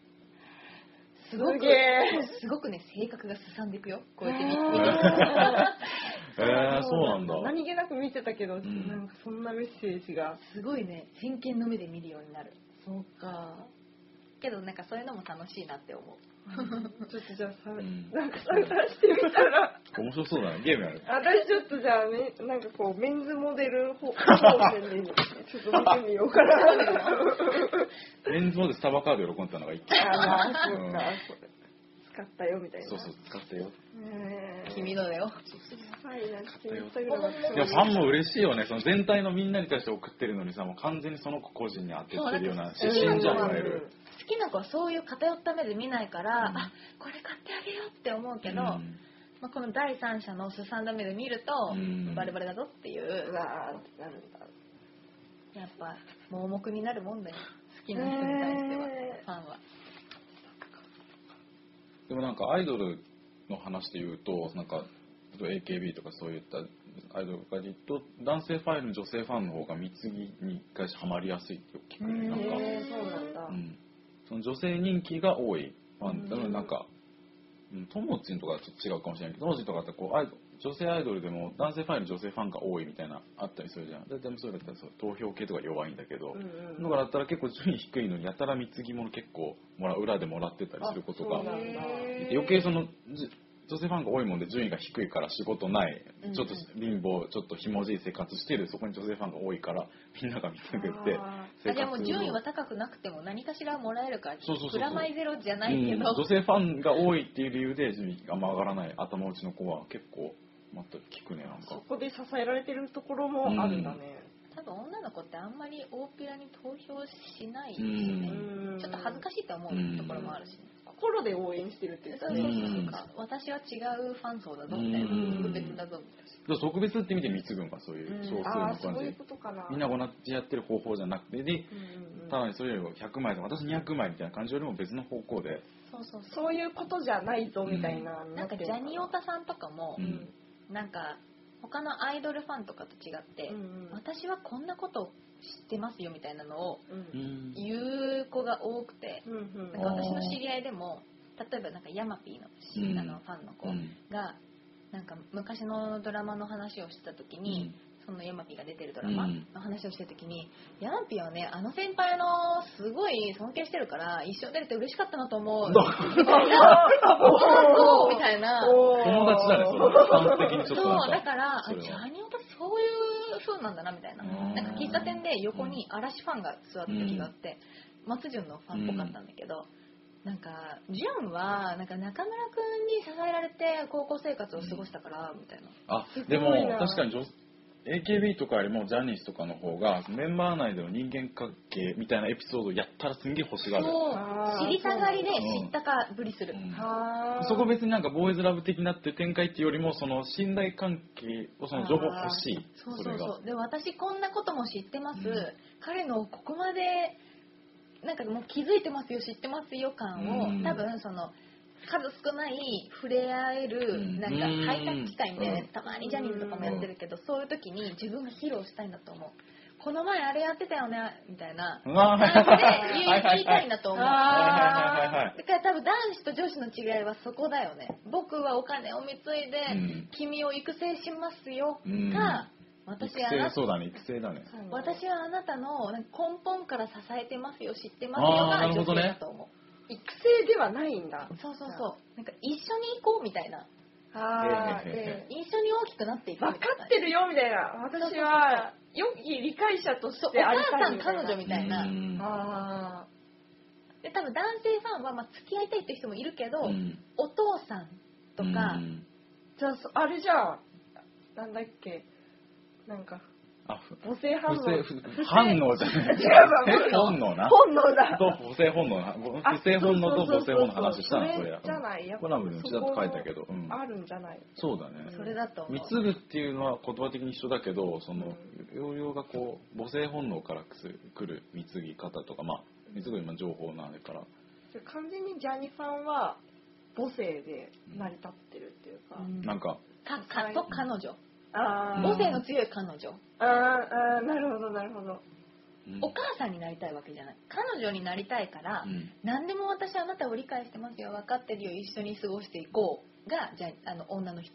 Speaker 3: すごくね性格がすさんでいくよ、こうやって見て
Speaker 1: そうなんだ。
Speaker 2: 何気なく見てたけど、なんかそんなメッセージが
Speaker 3: すごいね、偏見の目で見るようになる。
Speaker 2: そうか。
Speaker 3: けどなんかそういうのも楽しいなって思う。
Speaker 2: ちょっとじゃあなんか探してみたら
Speaker 1: 面白そうだね、ゲームやる。
Speaker 2: 私ちょっとじゃあね、なんかこうメンズモデル方面でちょっと見てみようかな。
Speaker 1: メンズモデルスタバカード喜んでたのが一気に。
Speaker 2: まあそうか、使ったよみたいな。
Speaker 1: そう使ったよ。
Speaker 3: 君のだよ。
Speaker 2: はい、なんかインスタグ
Speaker 3: ラム
Speaker 1: でもファンも嬉しいよね。その全体のみんなに対して送ってるのにさ、もう完全にその子個人に当ててるような指針じゃん、いわゆる。
Speaker 3: 好きな子はそういう偏った目で見ないから、あ、これ買ってあげようって思うけど、まあ、この第三者のすさんだ目で見ると、バレバレだぞっていう。
Speaker 2: うわーってなるんだ。
Speaker 3: やっぱ盲目になるもんだよ、好きな人に対しては、ファンは。
Speaker 1: でもなんかアイドルの話で言うと、なんか AKB とかそういったアイドルとかで言うと、男性ファンより女性ファンの方が貢ぎに一回ハマりやすいって聞くね。なんか
Speaker 2: そうなんだ。
Speaker 1: その女性人気が多いファンだから、なんかともちんとかはちょっと違うかもしれないけど、ともちんとかってこう女性アイドルでも男性ファンより女性ファンが多いみたいなあったりするじゃん。でもそれだったら投票系とか弱いんだけど、だからだったら結構順位低いのにやたら貢ぎ物結構裏でもらってたりすることが、余計その女性ファンが多いもんで順位が低いから仕事ない、ちょっと貧乏、ちょっとひもじい生活してる、そこに女性ファンが多いからみんなが見つけて
Speaker 3: 生活。でも順位は高くなくても何かしらもらえるからプラマイゼロじゃないけど、
Speaker 1: 女性ファンが多いっていう理由で順位があんま上がらない頭打ちの子は結構また聞くね。なんか
Speaker 2: そこで支えられてるところもあるんだね。
Speaker 3: 多分女の子ってあんまり大っぴらに投票しないしね、ちょっと恥ずかしいと思うところもあるしね。
Speaker 2: 心で応援してるっていうか、
Speaker 3: 私は違うファン層だぞみたいな、特別だぞみたいな。
Speaker 1: 特別って意味で貢ぐんか、そういう少数の感じ。
Speaker 2: そういうことかな。
Speaker 1: みんな同じやってる方法じゃなくて、ただにそれよりも100枚で私200枚みたいな感じよりも別の方向で、
Speaker 2: そういうことじゃないぞみたいな。
Speaker 3: なんかジャニオタさんとかも、なんか他のアイドルファンとかと違って、私はこんなことを知ってますよみたいなのを言う子が多くて、なんか私の知り合いでも例えばなんかヤマピーのファンの子がなんか昔のドラマの話をしてた時に、そのヤマピーが出てるドラマの話をしてる時に、ヤマピーはね、あの先輩のすごい尊敬してるから一緒に出れて嬉しかったなと思うみたいなみたいな
Speaker 1: 友達だね、それ端的にちょっと
Speaker 3: そうだからジャニオタそういう風なんだなみたいな。なんか喫茶店で横に嵐ファンが座った時があって、松潤のファンっぽかったんだけど、なんか潤はなんか中村くんに支えられて高校生活を過ごしたからみたいな。
Speaker 1: あ、でも確かにAKB とかよりもジャニーズとかの方がメンバー内での人間関係みたいなエピソードをやったらすんげえ欲しがる。
Speaker 3: 知りたがりで知ったかぶりする、
Speaker 1: そこ別になんかボーイズラブ的なっていう展開っていうよりも、その信頼関係をその情報欲しい。
Speaker 3: そうで私こんなことも知ってます、彼のここまでなんかもう気づいてますよ知ってますよ感を、多分その数少ない触れ合えるなんかハイタッチタイムで、たまにジャニーズとかもやってるけど、そういう時に自分が披露したいんだと思う。この前あれやってたよねみたいな感じで言いたいんだと思う。だから多分男子と女子の違いはそこだよね。僕はお金を貢いで君を育成しますよか、私はあなたの根本から支えてますよ知ってますよが女性だと思う。
Speaker 2: 育成ではないんだ。
Speaker 3: そうなんか一緒に行こうみたいな。一緒に大きくなっていくみたいな。
Speaker 2: 分かってるよみたいな。私は良き理解者としてありたいみたいな。
Speaker 3: お母さん彼女みたいな。で多分男性ファンは、付き合いたいっていう人もいるけど、お父さんとか、
Speaker 2: じゃああれじゃあなんだっけ、なんか母性反応
Speaker 1: じゃない本能だ母性本能不正本能と母性本能の話したのそれ
Speaker 2: じゃない
Speaker 1: コラムにうちだと書いたけど、
Speaker 2: あるんじゃない。
Speaker 1: そうだね。
Speaker 3: それだと
Speaker 1: 貢ぐっていうのは言葉的に一緒だけど、その要領がこう母性本能から来る貢ぎ方とか、貢ぐ今情報なんだから、
Speaker 2: 完全にジャニファンは母性で成り立ってるっていうか、
Speaker 1: なんか
Speaker 3: と彼女、母性の強い彼女。
Speaker 2: なるほどなるほど。
Speaker 3: お母さんになりたいわけじゃない。彼女になりたいから、何でも私あなたを理解してますよ分かってるよ一緒に過ごしていこうがじゃ女の人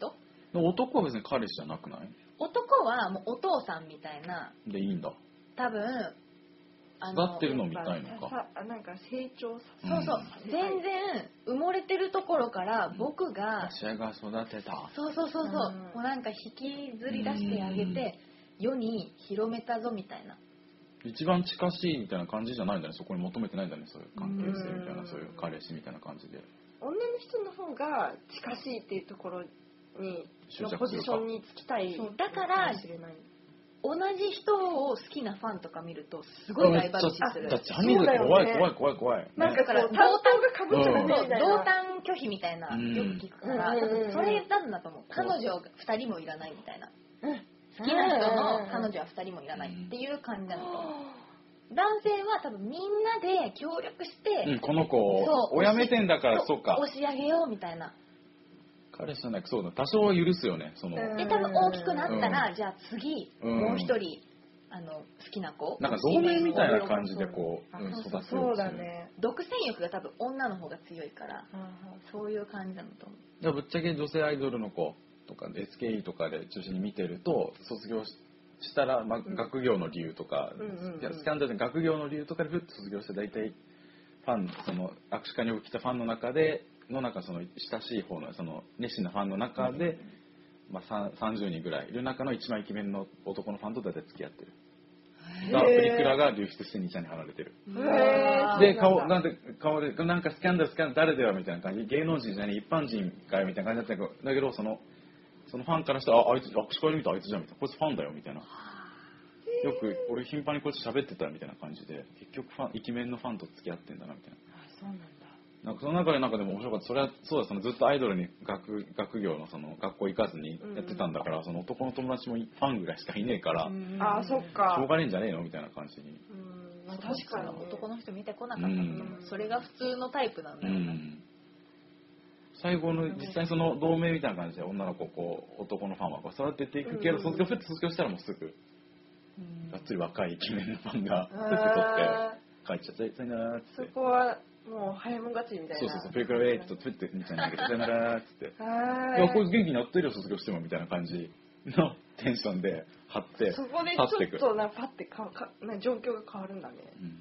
Speaker 1: 男は別に彼氏じゃなくない？
Speaker 3: 男はもうお父さんみたいな
Speaker 1: でいいんだ。
Speaker 3: 多分
Speaker 1: 育ってるのみたいのか。
Speaker 2: なんか成長させ
Speaker 3: そうそう、全然埋もれてるところから僕が
Speaker 1: 私が育てた。
Speaker 3: そうそうそうそう、もうなんか引きずり出してあげて世に広めたぞみたいな。
Speaker 1: 一番近しいみたいな感じじゃないんだね。そこに求めてないんだね。そういう関係性みたいな、そういう彼氏みたいな感じで。
Speaker 2: 女の人の方が近しいっていうところにのポジションにつきたい。
Speaker 3: だから同じ人を好きなファンとか見るとすごいライバル視する。
Speaker 1: ジャニーズ怖い。
Speaker 2: なんか
Speaker 3: から
Speaker 2: 担当が被っちゃうみたいな。
Speaker 3: 同担拒否みたいなよく聞くから、それなんだと思う。彼女2人もいらないみたいな。好きな人の彼女は2人もいらないっていう感じなのと思う。男性は多分みんなで協力して、
Speaker 1: この子を親目線だからそうか。
Speaker 3: 押し上げようみたいな。
Speaker 1: 彼氏じゃなくそうだ、多少は許すよね。その
Speaker 3: で多分大きくなったら、じゃあ次もう一人好きな子
Speaker 1: なんか同盟みたいな感じでこう育てる。
Speaker 2: そうだね。
Speaker 3: 独占欲が多分女の方が強いから、そういう感じなのと思う。
Speaker 1: じゃあぶっちゃけ女性アイドルの子とか SKE とかで中心に見てると卒業したら、学業の理由とか、スキャンダルで学業の理由とかでふっと卒業して大体ファンその握手会に来たファンの中でのその親しい方のその熱心なファンの中で、30人ぐらいいる中の一番イケメンの男のファンと大体付き合ってる。プリクラが流出して2ちゃんに貼られてる。で顔でなんかスキャンダル誰だよみたいな感じ、芸能人じゃない一般人かよみたいな感じだっただけどそのファンからしたらあいつ握手会で見たあいつじゃんみたいな、こいつファンだよみたいな。よく俺頻繁にこいつ喋ってたみたいな感じで、結局イケメンのファンと付き合ってんだなみたいな。
Speaker 2: そうなんだ。
Speaker 1: なんかその中ででも面白かった。それはそうだ、そのずっとアイドルに学業のその学校行かずにやってたんだから、その男の友達もファンぐらいしかいねえから、
Speaker 2: そっか。
Speaker 1: しょうがねえんじゃねえのみたいな感じに。
Speaker 3: 確かに男の人見てこなかったの、それが普通のタイプなんだよね。
Speaker 1: 最後の実際その同盟みたいな感じで女の子男のファンは育てていくけど、卒業したらもうすぐがっつり若いイケメンのファンが取って帰っちゃってさよならっつって。
Speaker 2: そこはもう早もがちみたいな。
Speaker 1: そうプリクラウェイってプッてみたいなさよならっつって。いやこいつ元気になってるよ卒業してもみたいな感じのテンションで張って
Speaker 2: そこでちょっとパッて状況が変わるんだね。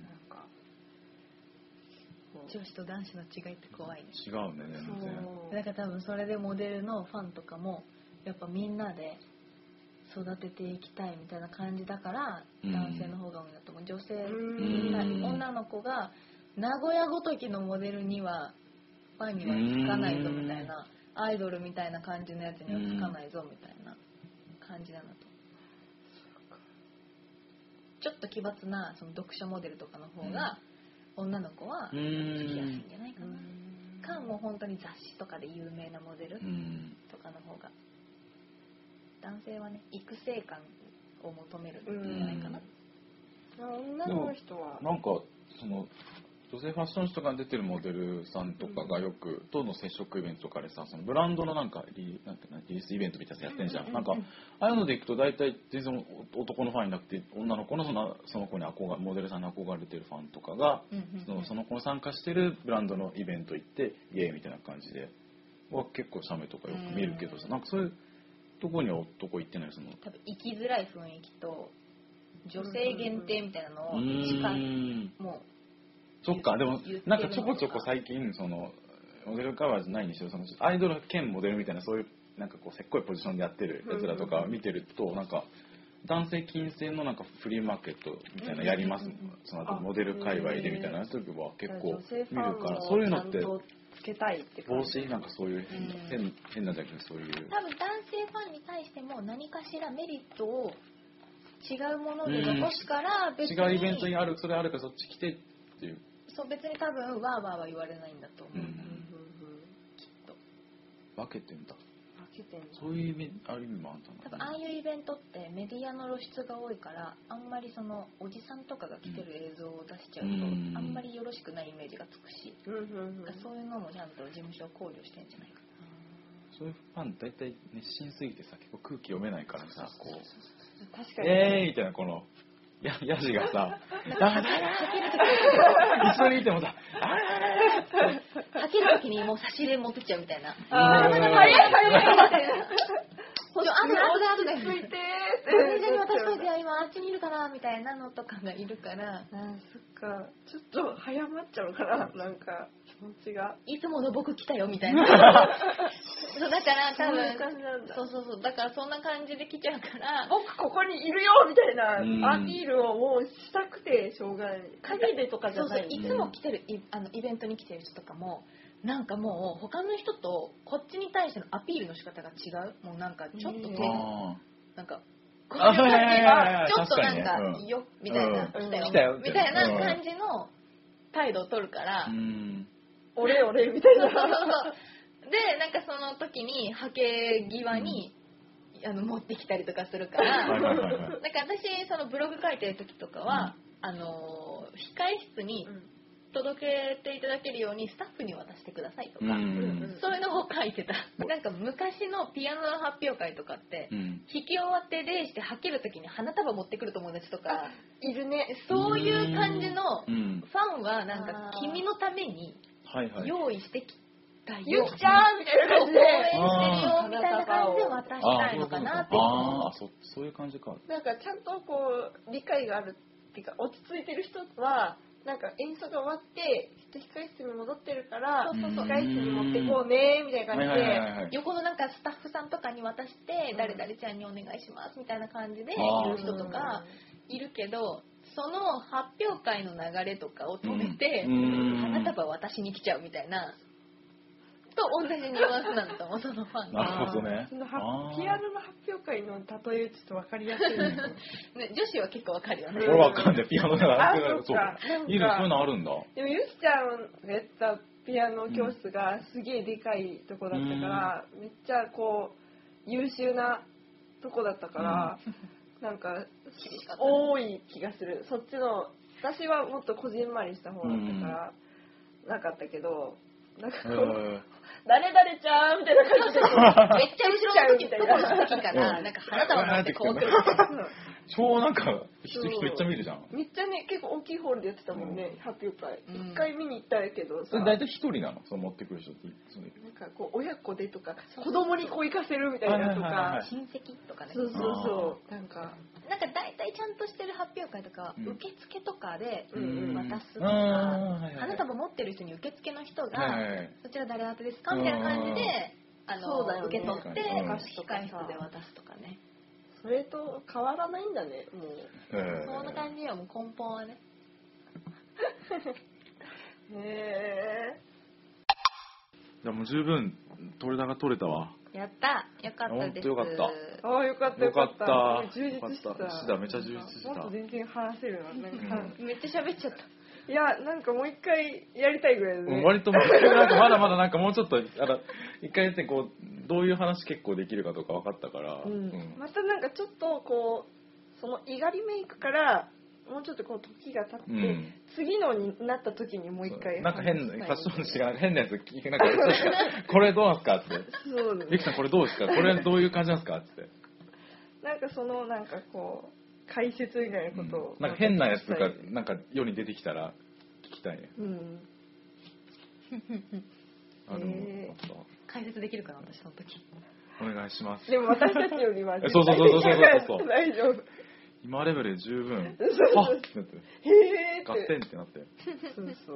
Speaker 3: 女子と男子の違いって怖いね。
Speaker 1: 違うね全然。
Speaker 3: だから多分それでモデルのファンとかもやっぱみんなで育てていきたいみたいな感じだから男性の方が多いんだと思う。女性女の子が名古屋ごときのモデルにはファンにはつかないぞみたいな、アイドルみたいな感じのやつにはつかないぞみたいな感じだなと。ちょっと奇抜なその読書モデルとかの方が女の子はつきやすいんじゃないかな。かもう本当に雑誌とかで有名なモデルとかの方が。男性はね育成感を求めるんじゃないかな。
Speaker 2: 女の人は
Speaker 1: なんかその女性ファッション誌とかに出てるモデルさんとかがよくとの接触イベントとかでさ、そのブランドのなんかリリースイベントみたいなやつやってんじゃん。なんかああいうので行くと大体全然男のファンいなくて女の子のその子にモデルさんに憧れてるファンとかがその子の参加してるブランドのイベント行ってイエーイみたいな感じでは結構写メとかよく見るけどさ、なんかそういうとこには男行ってないその
Speaker 3: 多分行きづらい雰囲気と女性限定みたいなのをしかもう
Speaker 1: そっか。でもなんかちょこちょこ最近そのモデルカバーじゃないにしろそのアイドル兼モデルみたいなそういうなんかこうせっこいポジションでやってるやつらとか見てるとなんか男性禁制のなんかフリーマーケットみたいなやりますもん。その後モデル界隈でみたいな時は結構見るからそういうのって
Speaker 2: つけたいって
Speaker 1: 帽子なんかそういう変なだけどそういう
Speaker 3: 多分男性ファンに対しても何かしらメリットを違うもので残すから別に
Speaker 1: 違うイベントにあるそれあるからそっち来てっていう
Speaker 3: そう別に多分わーわーは言われないんだと思う、きっと
Speaker 1: 分けてんだ
Speaker 2: 分けてんだ
Speaker 1: そういう意味もあった
Speaker 3: 多分ああいうイベントってメディアの露出が多いからあんまりそのおじさんとかが来てる映像を出しちゃうと、あんまりよろしくないイメージがつくし、そういうのもちゃんと事務所を考慮してんじゃないかな。
Speaker 1: そういうファン大体熱心すぎてさ結構空気読めないからさこう
Speaker 2: 確かに
Speaker 1: みたいなこのヤジがさ一緒にいてもさ
Speaker 3: かけるときにもう差し入れ持ってっちゃうみたいな
Speaker 2: 早いみたいな
Speaker 3: 後で
Speaker 2: ついて
Speaker 3: マネージャーに渡しといてよ、今あっちにいるかなみたいなのとかがいるから、
Speaker 2: そっか、ちょっと早まっちゃうから、なんか気持ちが
Speaker 3: いつもの僕来たよみたいなそうだから多分そうだからそんな感じで来ちゃうから、
Speaker 2: 僕ここにいるよみたいなアピールをもうしたくてしょうがない。影でとかじゃない、
Speaker 3: いつも来てるイベントに来てる人とかもなんかもう他の人とこっちに対してのアピールの仕方が違う。もうなんかちょっとなんかこういう感じがちょっとなんかよみたいな来たよみたいな感じの態度を取るから、
Speaker 2: 俺みたいな
Speaker 3: でなんかその時にはけ際に持ってきたりとかするからなんか私そのブログ書いてる時とかは控え室に届けていただけるようにスタッフに渡してくださいとか、そういうのを書いてた。なんか昔のピアノの発表会とかって、弾き終わって礼してはける時に花束持ってくる友達とか
Speaker 2: いるね。
Speaker 3: そういう感じのファンはなんか君のために用意してきたよ、
Speaker 2: ゆきちゃんみたいな感じで
Speaker 3: 応援してるよみたいな感じで渡したいのかなって
Speaker 1: そういう感じか。
Speaker 2: なんかちゃんとこう理解があるっていうか落ち着いてる人はなんか演奏が終わって控え室に戻ってるから控え室に持ってこうねみたいな感じで
Speaker 3: 横のなんかスタッフさんとかに渡して誰々ちゃんにお願いしますみたいな感じで言う人とかいるけど、その発表会の流れとかを止めて花束私に来ちゃうみたいなと同じニュアンスなんだと思う、そのファンが。
Speaker 1: なるほどね。
Speaker 2: ピアノの発表会の例えちょっと分かりやすいね。
Speaker 3: 女子は結構分かるよね。
Speaker 1: 俺分かんない、ピアノが
Speaker 2: そうか。
Speaker 1: いいの、そういうのあるんだ。
Speaker 2: でもゆきちゃんがやったピアノ教室がすげえでかいとこだったから、めっちゃこう優秀なとこだったから、なんか多い気がする。そっちの私はもっとこじんまりした方だったからなかったけど、なんかこう誰々ちゃんみたいな感じでめっ
Speaker 3: ちゃ後ろの時ところの時からなんか花束持ってこう来る
Speaker 1: 超なんか人めっちゃ見るじゃん。
Speaker 2: めっちゃね、結構大きいホールでやってたもんね、発表会。一回見に行ったけどさ。
Speaker 1: 大体一人なの、その持ってくる人って。
Speaker 2: なんかこう親子でとか子供にこう行かせるみたいなとか、
Speaker 3: 親戚とかね。
Speaker 2: そうなんか
Speaker 3: 大体ちゃんとしてる発表会とか受付とかで渡すとか、花束持ってる人に受付の人がそちら誰宛てですかみたいな感じで受け取って控室で渡すとかね。
Speaker 2: それと変わらないんだね、もう。
Speaker 3: そんな感じよ、もう根本はね。
Speaker 1: じゃあもう十分取れ高取れたわ。
Speaker 3: やった、よかったです。
Speaker 1: よかった。
Speaker 2: よかった。充実した。
Speaker 1: めっちゃ充実した。
Speaker 2: もっと全然話せるな。
Speaker 3: めっちゃ喋っちゃった。
Speaker 2: いや、なんかもう一回やりたいぐらいでね。
Speaker 1: 割となんかまだまだなんかもうちょっと一回ね、こうどういう話結構できるかとか分かったから。
Speaker 2: またなんかちょっとこうその猪狩メイクからもうちょっとこう時が経って、次のになった時にもう一回
Speaker 1: なんか変なファッション誌が変なやつ聞けなかったこれどうなんすかってゆきさんこれどうですか、これどういう感じなんすかって
Speaker 2: なんかそのなんかこう解説みたいなことを、
Speaker 1: なんか変なやつがなんか世に出てきたら聞きたいね。
Speaker 3: 解説できるかな、私その時。
Speaker 1: お願いします。
Speaker 2: でも私たちよりは
Speaker 1: そう
Speaker 2: 大丈夫。
Speaker 1: 今レベルで十分。はっってなって。ガッテンってなって。
Speaker 2: そう。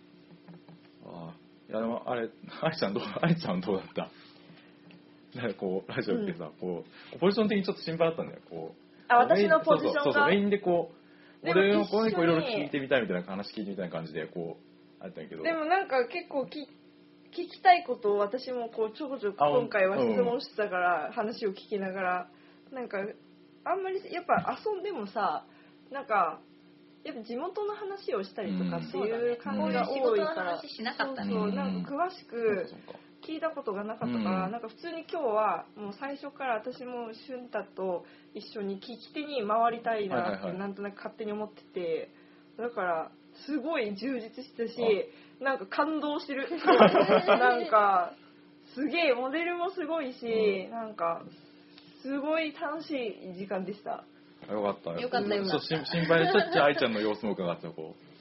Speaker 1: いやでもあれちゃんどうだった？なんかこうラジオってさ、こうポジション的にちょっと心配だったんだよ。こう。
Speaker 2: 私のポジションが。
Speaker 1: メインでこう俺のこういろいろ聞いてみたいみたいな話聞いてみたいな感じでこうあったんやけど。
Speaker 2: でもなんか結構聞きたいことを私もこうちょこちょこ今回は質問してたから話を聞きながらなんかあんまりやっぱ遊んでもさなんかやっぱ地元の話をしたりとかっていう感じが多いからそうなんか詳しく聞いたことがなかったからなんか普通に今日はもう最初から私も俊太と一緒に聞き手に回りたいなってなんとなく勝手に思っててだからすごい充実したしなんか感動してるなんかすげえモデルもすごいしなんかすごい楽しい時間でした。
Speaker 1: よかった。
Speaker 3: よかったよ。
Speaker 1: 心配でちょっと愛ちゃんの様子も伺ってこう。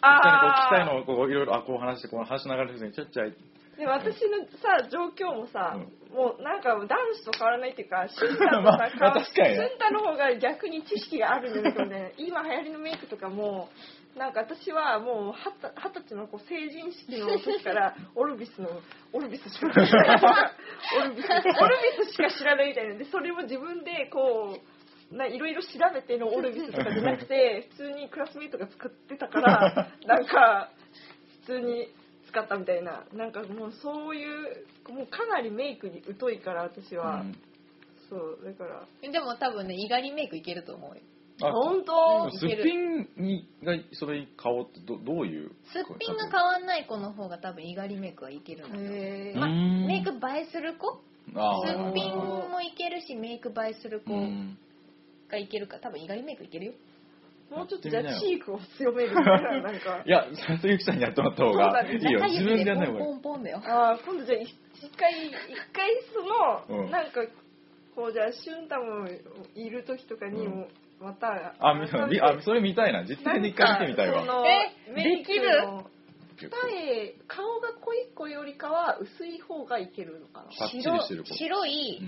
Speaker 1: 聞きたいのをこういろいろこう話してこう話しながらですねちゃっちゃい。
Speaker 2: で私のさ状況もさ、もうなんか男子と変わらないっていうか、シュンタとさ、シュンタの方が逆に知識があるんじゃないかみたいな。今流行りのメイクとかもなんか私はもう20歳のこう成人式の時からオルビスしか知らないオルビスしか知らないみたいな。でそれも自分でこういろいろ調べてのオルビスとかじゃなくて普通にクラスメイトが作ってたからなんか普通に使ったみたいな。なんかもうそういうもうかなりメイクに疎いから私は、そうだから
Speaker 3: でも多分ね猪狩メイクいけると思うよ。
Speaker 2: 本当。
Speaker 1: すっぴんがそれ顔ってどういう？
Speaker 3: すっぴんが変わんない子の方が多分猪狩メイクはいけるんだよ。まあメイク映えする子、すっぴんもいけるしメイク映えする子がいけるか多分猪狩メイクいけるよ。
Speaker 2: もうちょっとじゃあチークを強めるみたいななんか。
Speaker 1: いや、佐々木さんにやってもらった方がいいよ。自分でやらない方がいい。
Speaker 3: ポンポンだよ。
Speaker 2: 今度じゃあ一回その、なんかこうじゃあシュンタもいる時とかにもまた、
Speaker 1: それ見たいな。実際に一回見てみたいわ。
Speaker 2: できる？顔が濃い子よりかは薄い方がいけるのかな。
Speaker 3: 白い、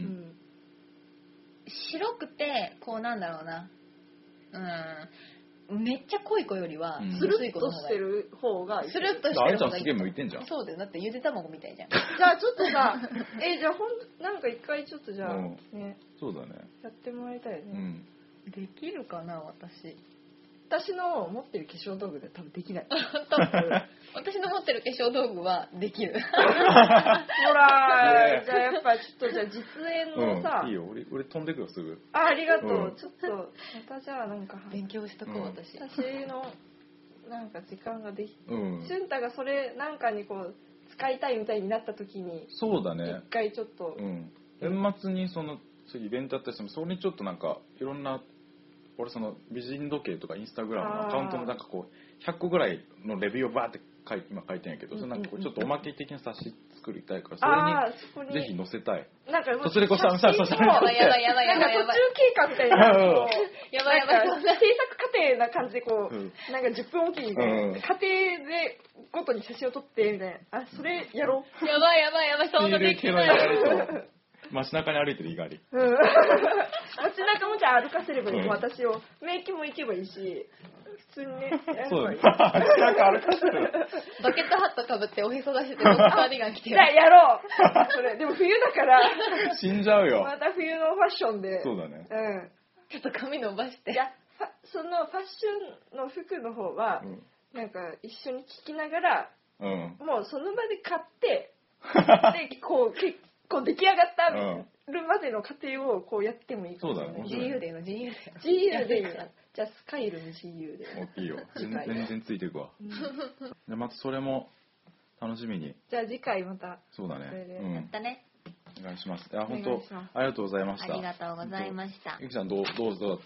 Speaker 3: 白くてこうなんだろうな。めっちゃ濃い子よりは
Speaker 2: スルッとしてる方がいい。
Speaker 3: スルッとしてる方がいい。
Speaker 1: あれちゃんすげえ向いてんじゃん。
Speaker 3: そうだよ。だってゆで卵みたいじゃん。
Speaker 2: じゃあちょっとさ、じゃあなんか一回ちょっとじゃあね。
Speaker 1: そうだね。
Speaker 2: やってもらいたいね。
Speaker 3: できるかな私
Speaker 2: の持ってる化粧道具で多分できない。
Speaker 3: 私の持ってる化粧道具はできる。ほ
Speaker 2: ら、じゃあやっぱちょっとじゃあ実演のさ、
Speaker 1: いいよ、俺飛んでくよすぐ。
Speaker 2: ありがとう。ちょっとまたじゃあなんか
Speaker 3: 勉強しとこう私
Speaker 2: のなんか時間ができ、シュンタがそれなんかにこう使いたいみたいになった時に、
Speaker 1: そうだね。
Speaker 2: 一回ちょっと
Speaker 1: 年末にそのイベントやったりしてもそれにちょっとなんかいろんな。俺その美人時計とかインスタグラムのアカウントのなんかこう100個ぐらいのレビューをバーって今書いてんやけど、そのなんかこうちょっとおまけ的な冊子作りたいからそれにぜひ載せたい。
Speaker 2: なんか
Speaker 1: それこそやばい
Speaker 3: やばいやばい
Speaker 2: なんか途中経過みたいなやばい
Speaker 3: 制作
Speaker 2: 過程な感じでこうなんか10分おきに過程でごとに写真を撮ってみたいな。それやろう。
Speaker 3: やばいそんなできない。
Speaker 1: 街中に歩いてる猪狩。
Speaker 2: 街中もじゃあ歩かせればいい。私をメイキも行けばいいし、普通にね。
Speaker 1: そうだね。街中歩かせる。
Speaker 3: バケットハットかぶっておへそ出してカーディガン着て。
Speaker 2: じゃあやろう。それでも冬だから。
Speaker 1: 死んじゃうよ。
Speaker 2: また冬のファッションで。
Speaker 1: そうだね。
Speaker 3: ちょっと髪伸ばして。
Speaker 2: いやそのファッションの服の方はなんか一緒に聞きながら、もうその場で買ってでこう出来上がったるまでの過程をこうやってもいいかもしれない。
Speaker 3: 自由でいい。
Speaker 2: 自由でいいな。じゃあスカイルの自由で。
Speaker 1: いいよ。全然ついていくわ。じゃまたそれも楽しみに。
Speaker 2: じゃあ次回また。
Speaker 1: そうだね。
Speaker 3: やったね。
Speaker 1: お願いします。いや本当ありがとうございました。
Speaker 3: ありがとうございました。
Speaker 1: ゆきちゃんどうだった？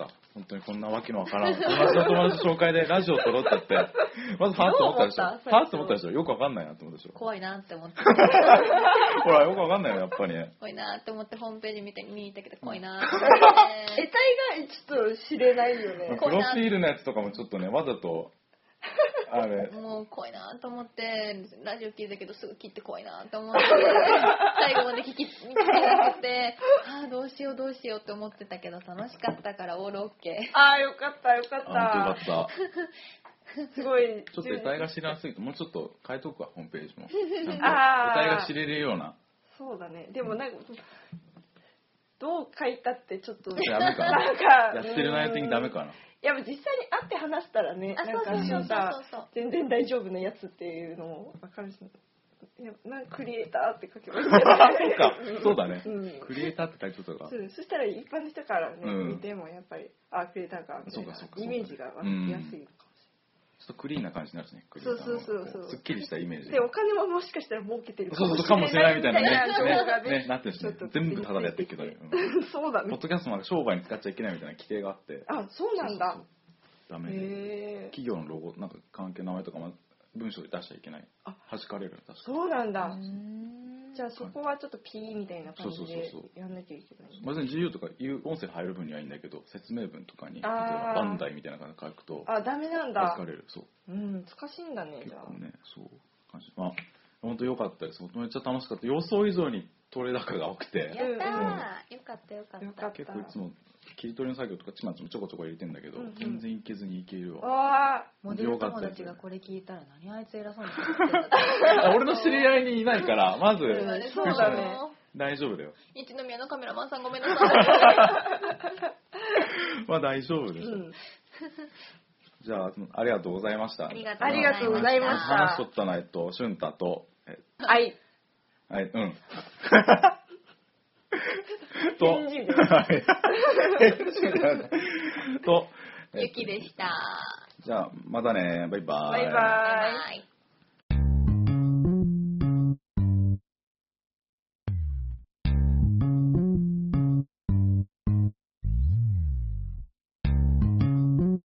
Speaker 1: 本当にこんなわけのわからん友達紹介でラジオ撮ろうって言ってまずファーッと思ったでしょ。ファーッと思ったでしょ。よくわかんないなって思ったでしょ。
Speaker 3: 怖いなって思って。
Speaker 1: ほらよくわかんないよやっぱり。
Speaker 3: 怖いなって思ってホームページ見に行ったけど怖いなって。
Speaker 2: 得体がちょっと知れないよね。
Speaker 1: プロフィールのやつとかもちょっとねわざと。あれ
Speaker 3: もう怖いなと思ってラジオ聞いたけどすぐ切って怖いなと思って最後まで聞きなくてどうしようって思ってたけど楽しかったからオールオッケー。
Speaker 2: よかったよかったすごい
Speaker 1: ちょっと得体が知らなすぎてもうちょっと変えとくわホームページも得体が知れるような。
Speaker 2: そうだね。でもなんかどう書いたってちょっと
Speaker 1: ダメかな。
Speaker 2: なんか
Speaker 1: やってる内容的にダメかな。
Speaker 2: いや実際に会って話したらね、なんか全然大丈夫なやつっていうのも分かるし、いやなんかクリエイターって書けばいいんじゃない？
Speaker 1: そうだね。クリエイターって書いておったか。
Speaker 2: そしたら一般の人からね見てもやっぱりクリエイターかみたいなイメージが湧きやすいのかもしれない。
Speaker 1: ちょっとクリーンな感じになるしね。
Speaker 2: そう
Speaker 1: すっきりしたイメージ。
Speaker 2: でお金ももしかしたら儲けてる
Speaker 1: かもしれないみたいな
Speaker 2: ね。
Speaker 1: なってるしね。全部タダでやってるけど。
Speaker 2: そうだね。
Speaker 1: ポッドキャストも商売に使っちゃいけないみたいな規定があって。
Speaker 2: そうなんだ。
Speaker 1: ダメで。企業のロゴなんか関係名前とかも文章で出しちゃいけない。弾かれる。
Speaker 2: そうなんだ。 じゃあそこはちょっとピーみたいな感じでやんなきゃいけない。
Speaker 1: 別に自由とかいう音声入る分にはいいんだけど、説明文とかに例えばバンダイみたいな感じで書くと
Speaker 2: ダメなんだ。
Speaker 1: 疲れる。そう。
Speaker 2: 難しいんだね。
Speaker 1: 結構ね、そう感じ。本当良かったです。めっちゃ楽しかった。予想以上に取れ高が多くて。
Speaker 3: やったー。よかったよかった。
Speaker 1: 結構いつも切り取りの作業とかちまちまちょこちょこ入れてんだけど、全然いけずにいける
Speaker 2: わ。
Speaker 3: モデル友達がこれ聞いたら何あいつ偉そうに言ってるんだ。
Speaker 1: 俺の知り合いにいないからまず
Speaker 2: そうだね。
Speaker 1: 大丈夫だよ。
Speaker 3: 一宮のカメラマンさんごめんなさい。
Speaker 1: 大丈夫でしょ。じゃあありがとうございました。
Speaker 2: ありがとうございました。
Speaker 1: 話しとったの俊太と
Speaker 2: はい
Speaker 1: と
Speaker 3: ゆきでした。
Speaker 1: じゃあまたね。バイバイ。
Speaker 2: バイバイ。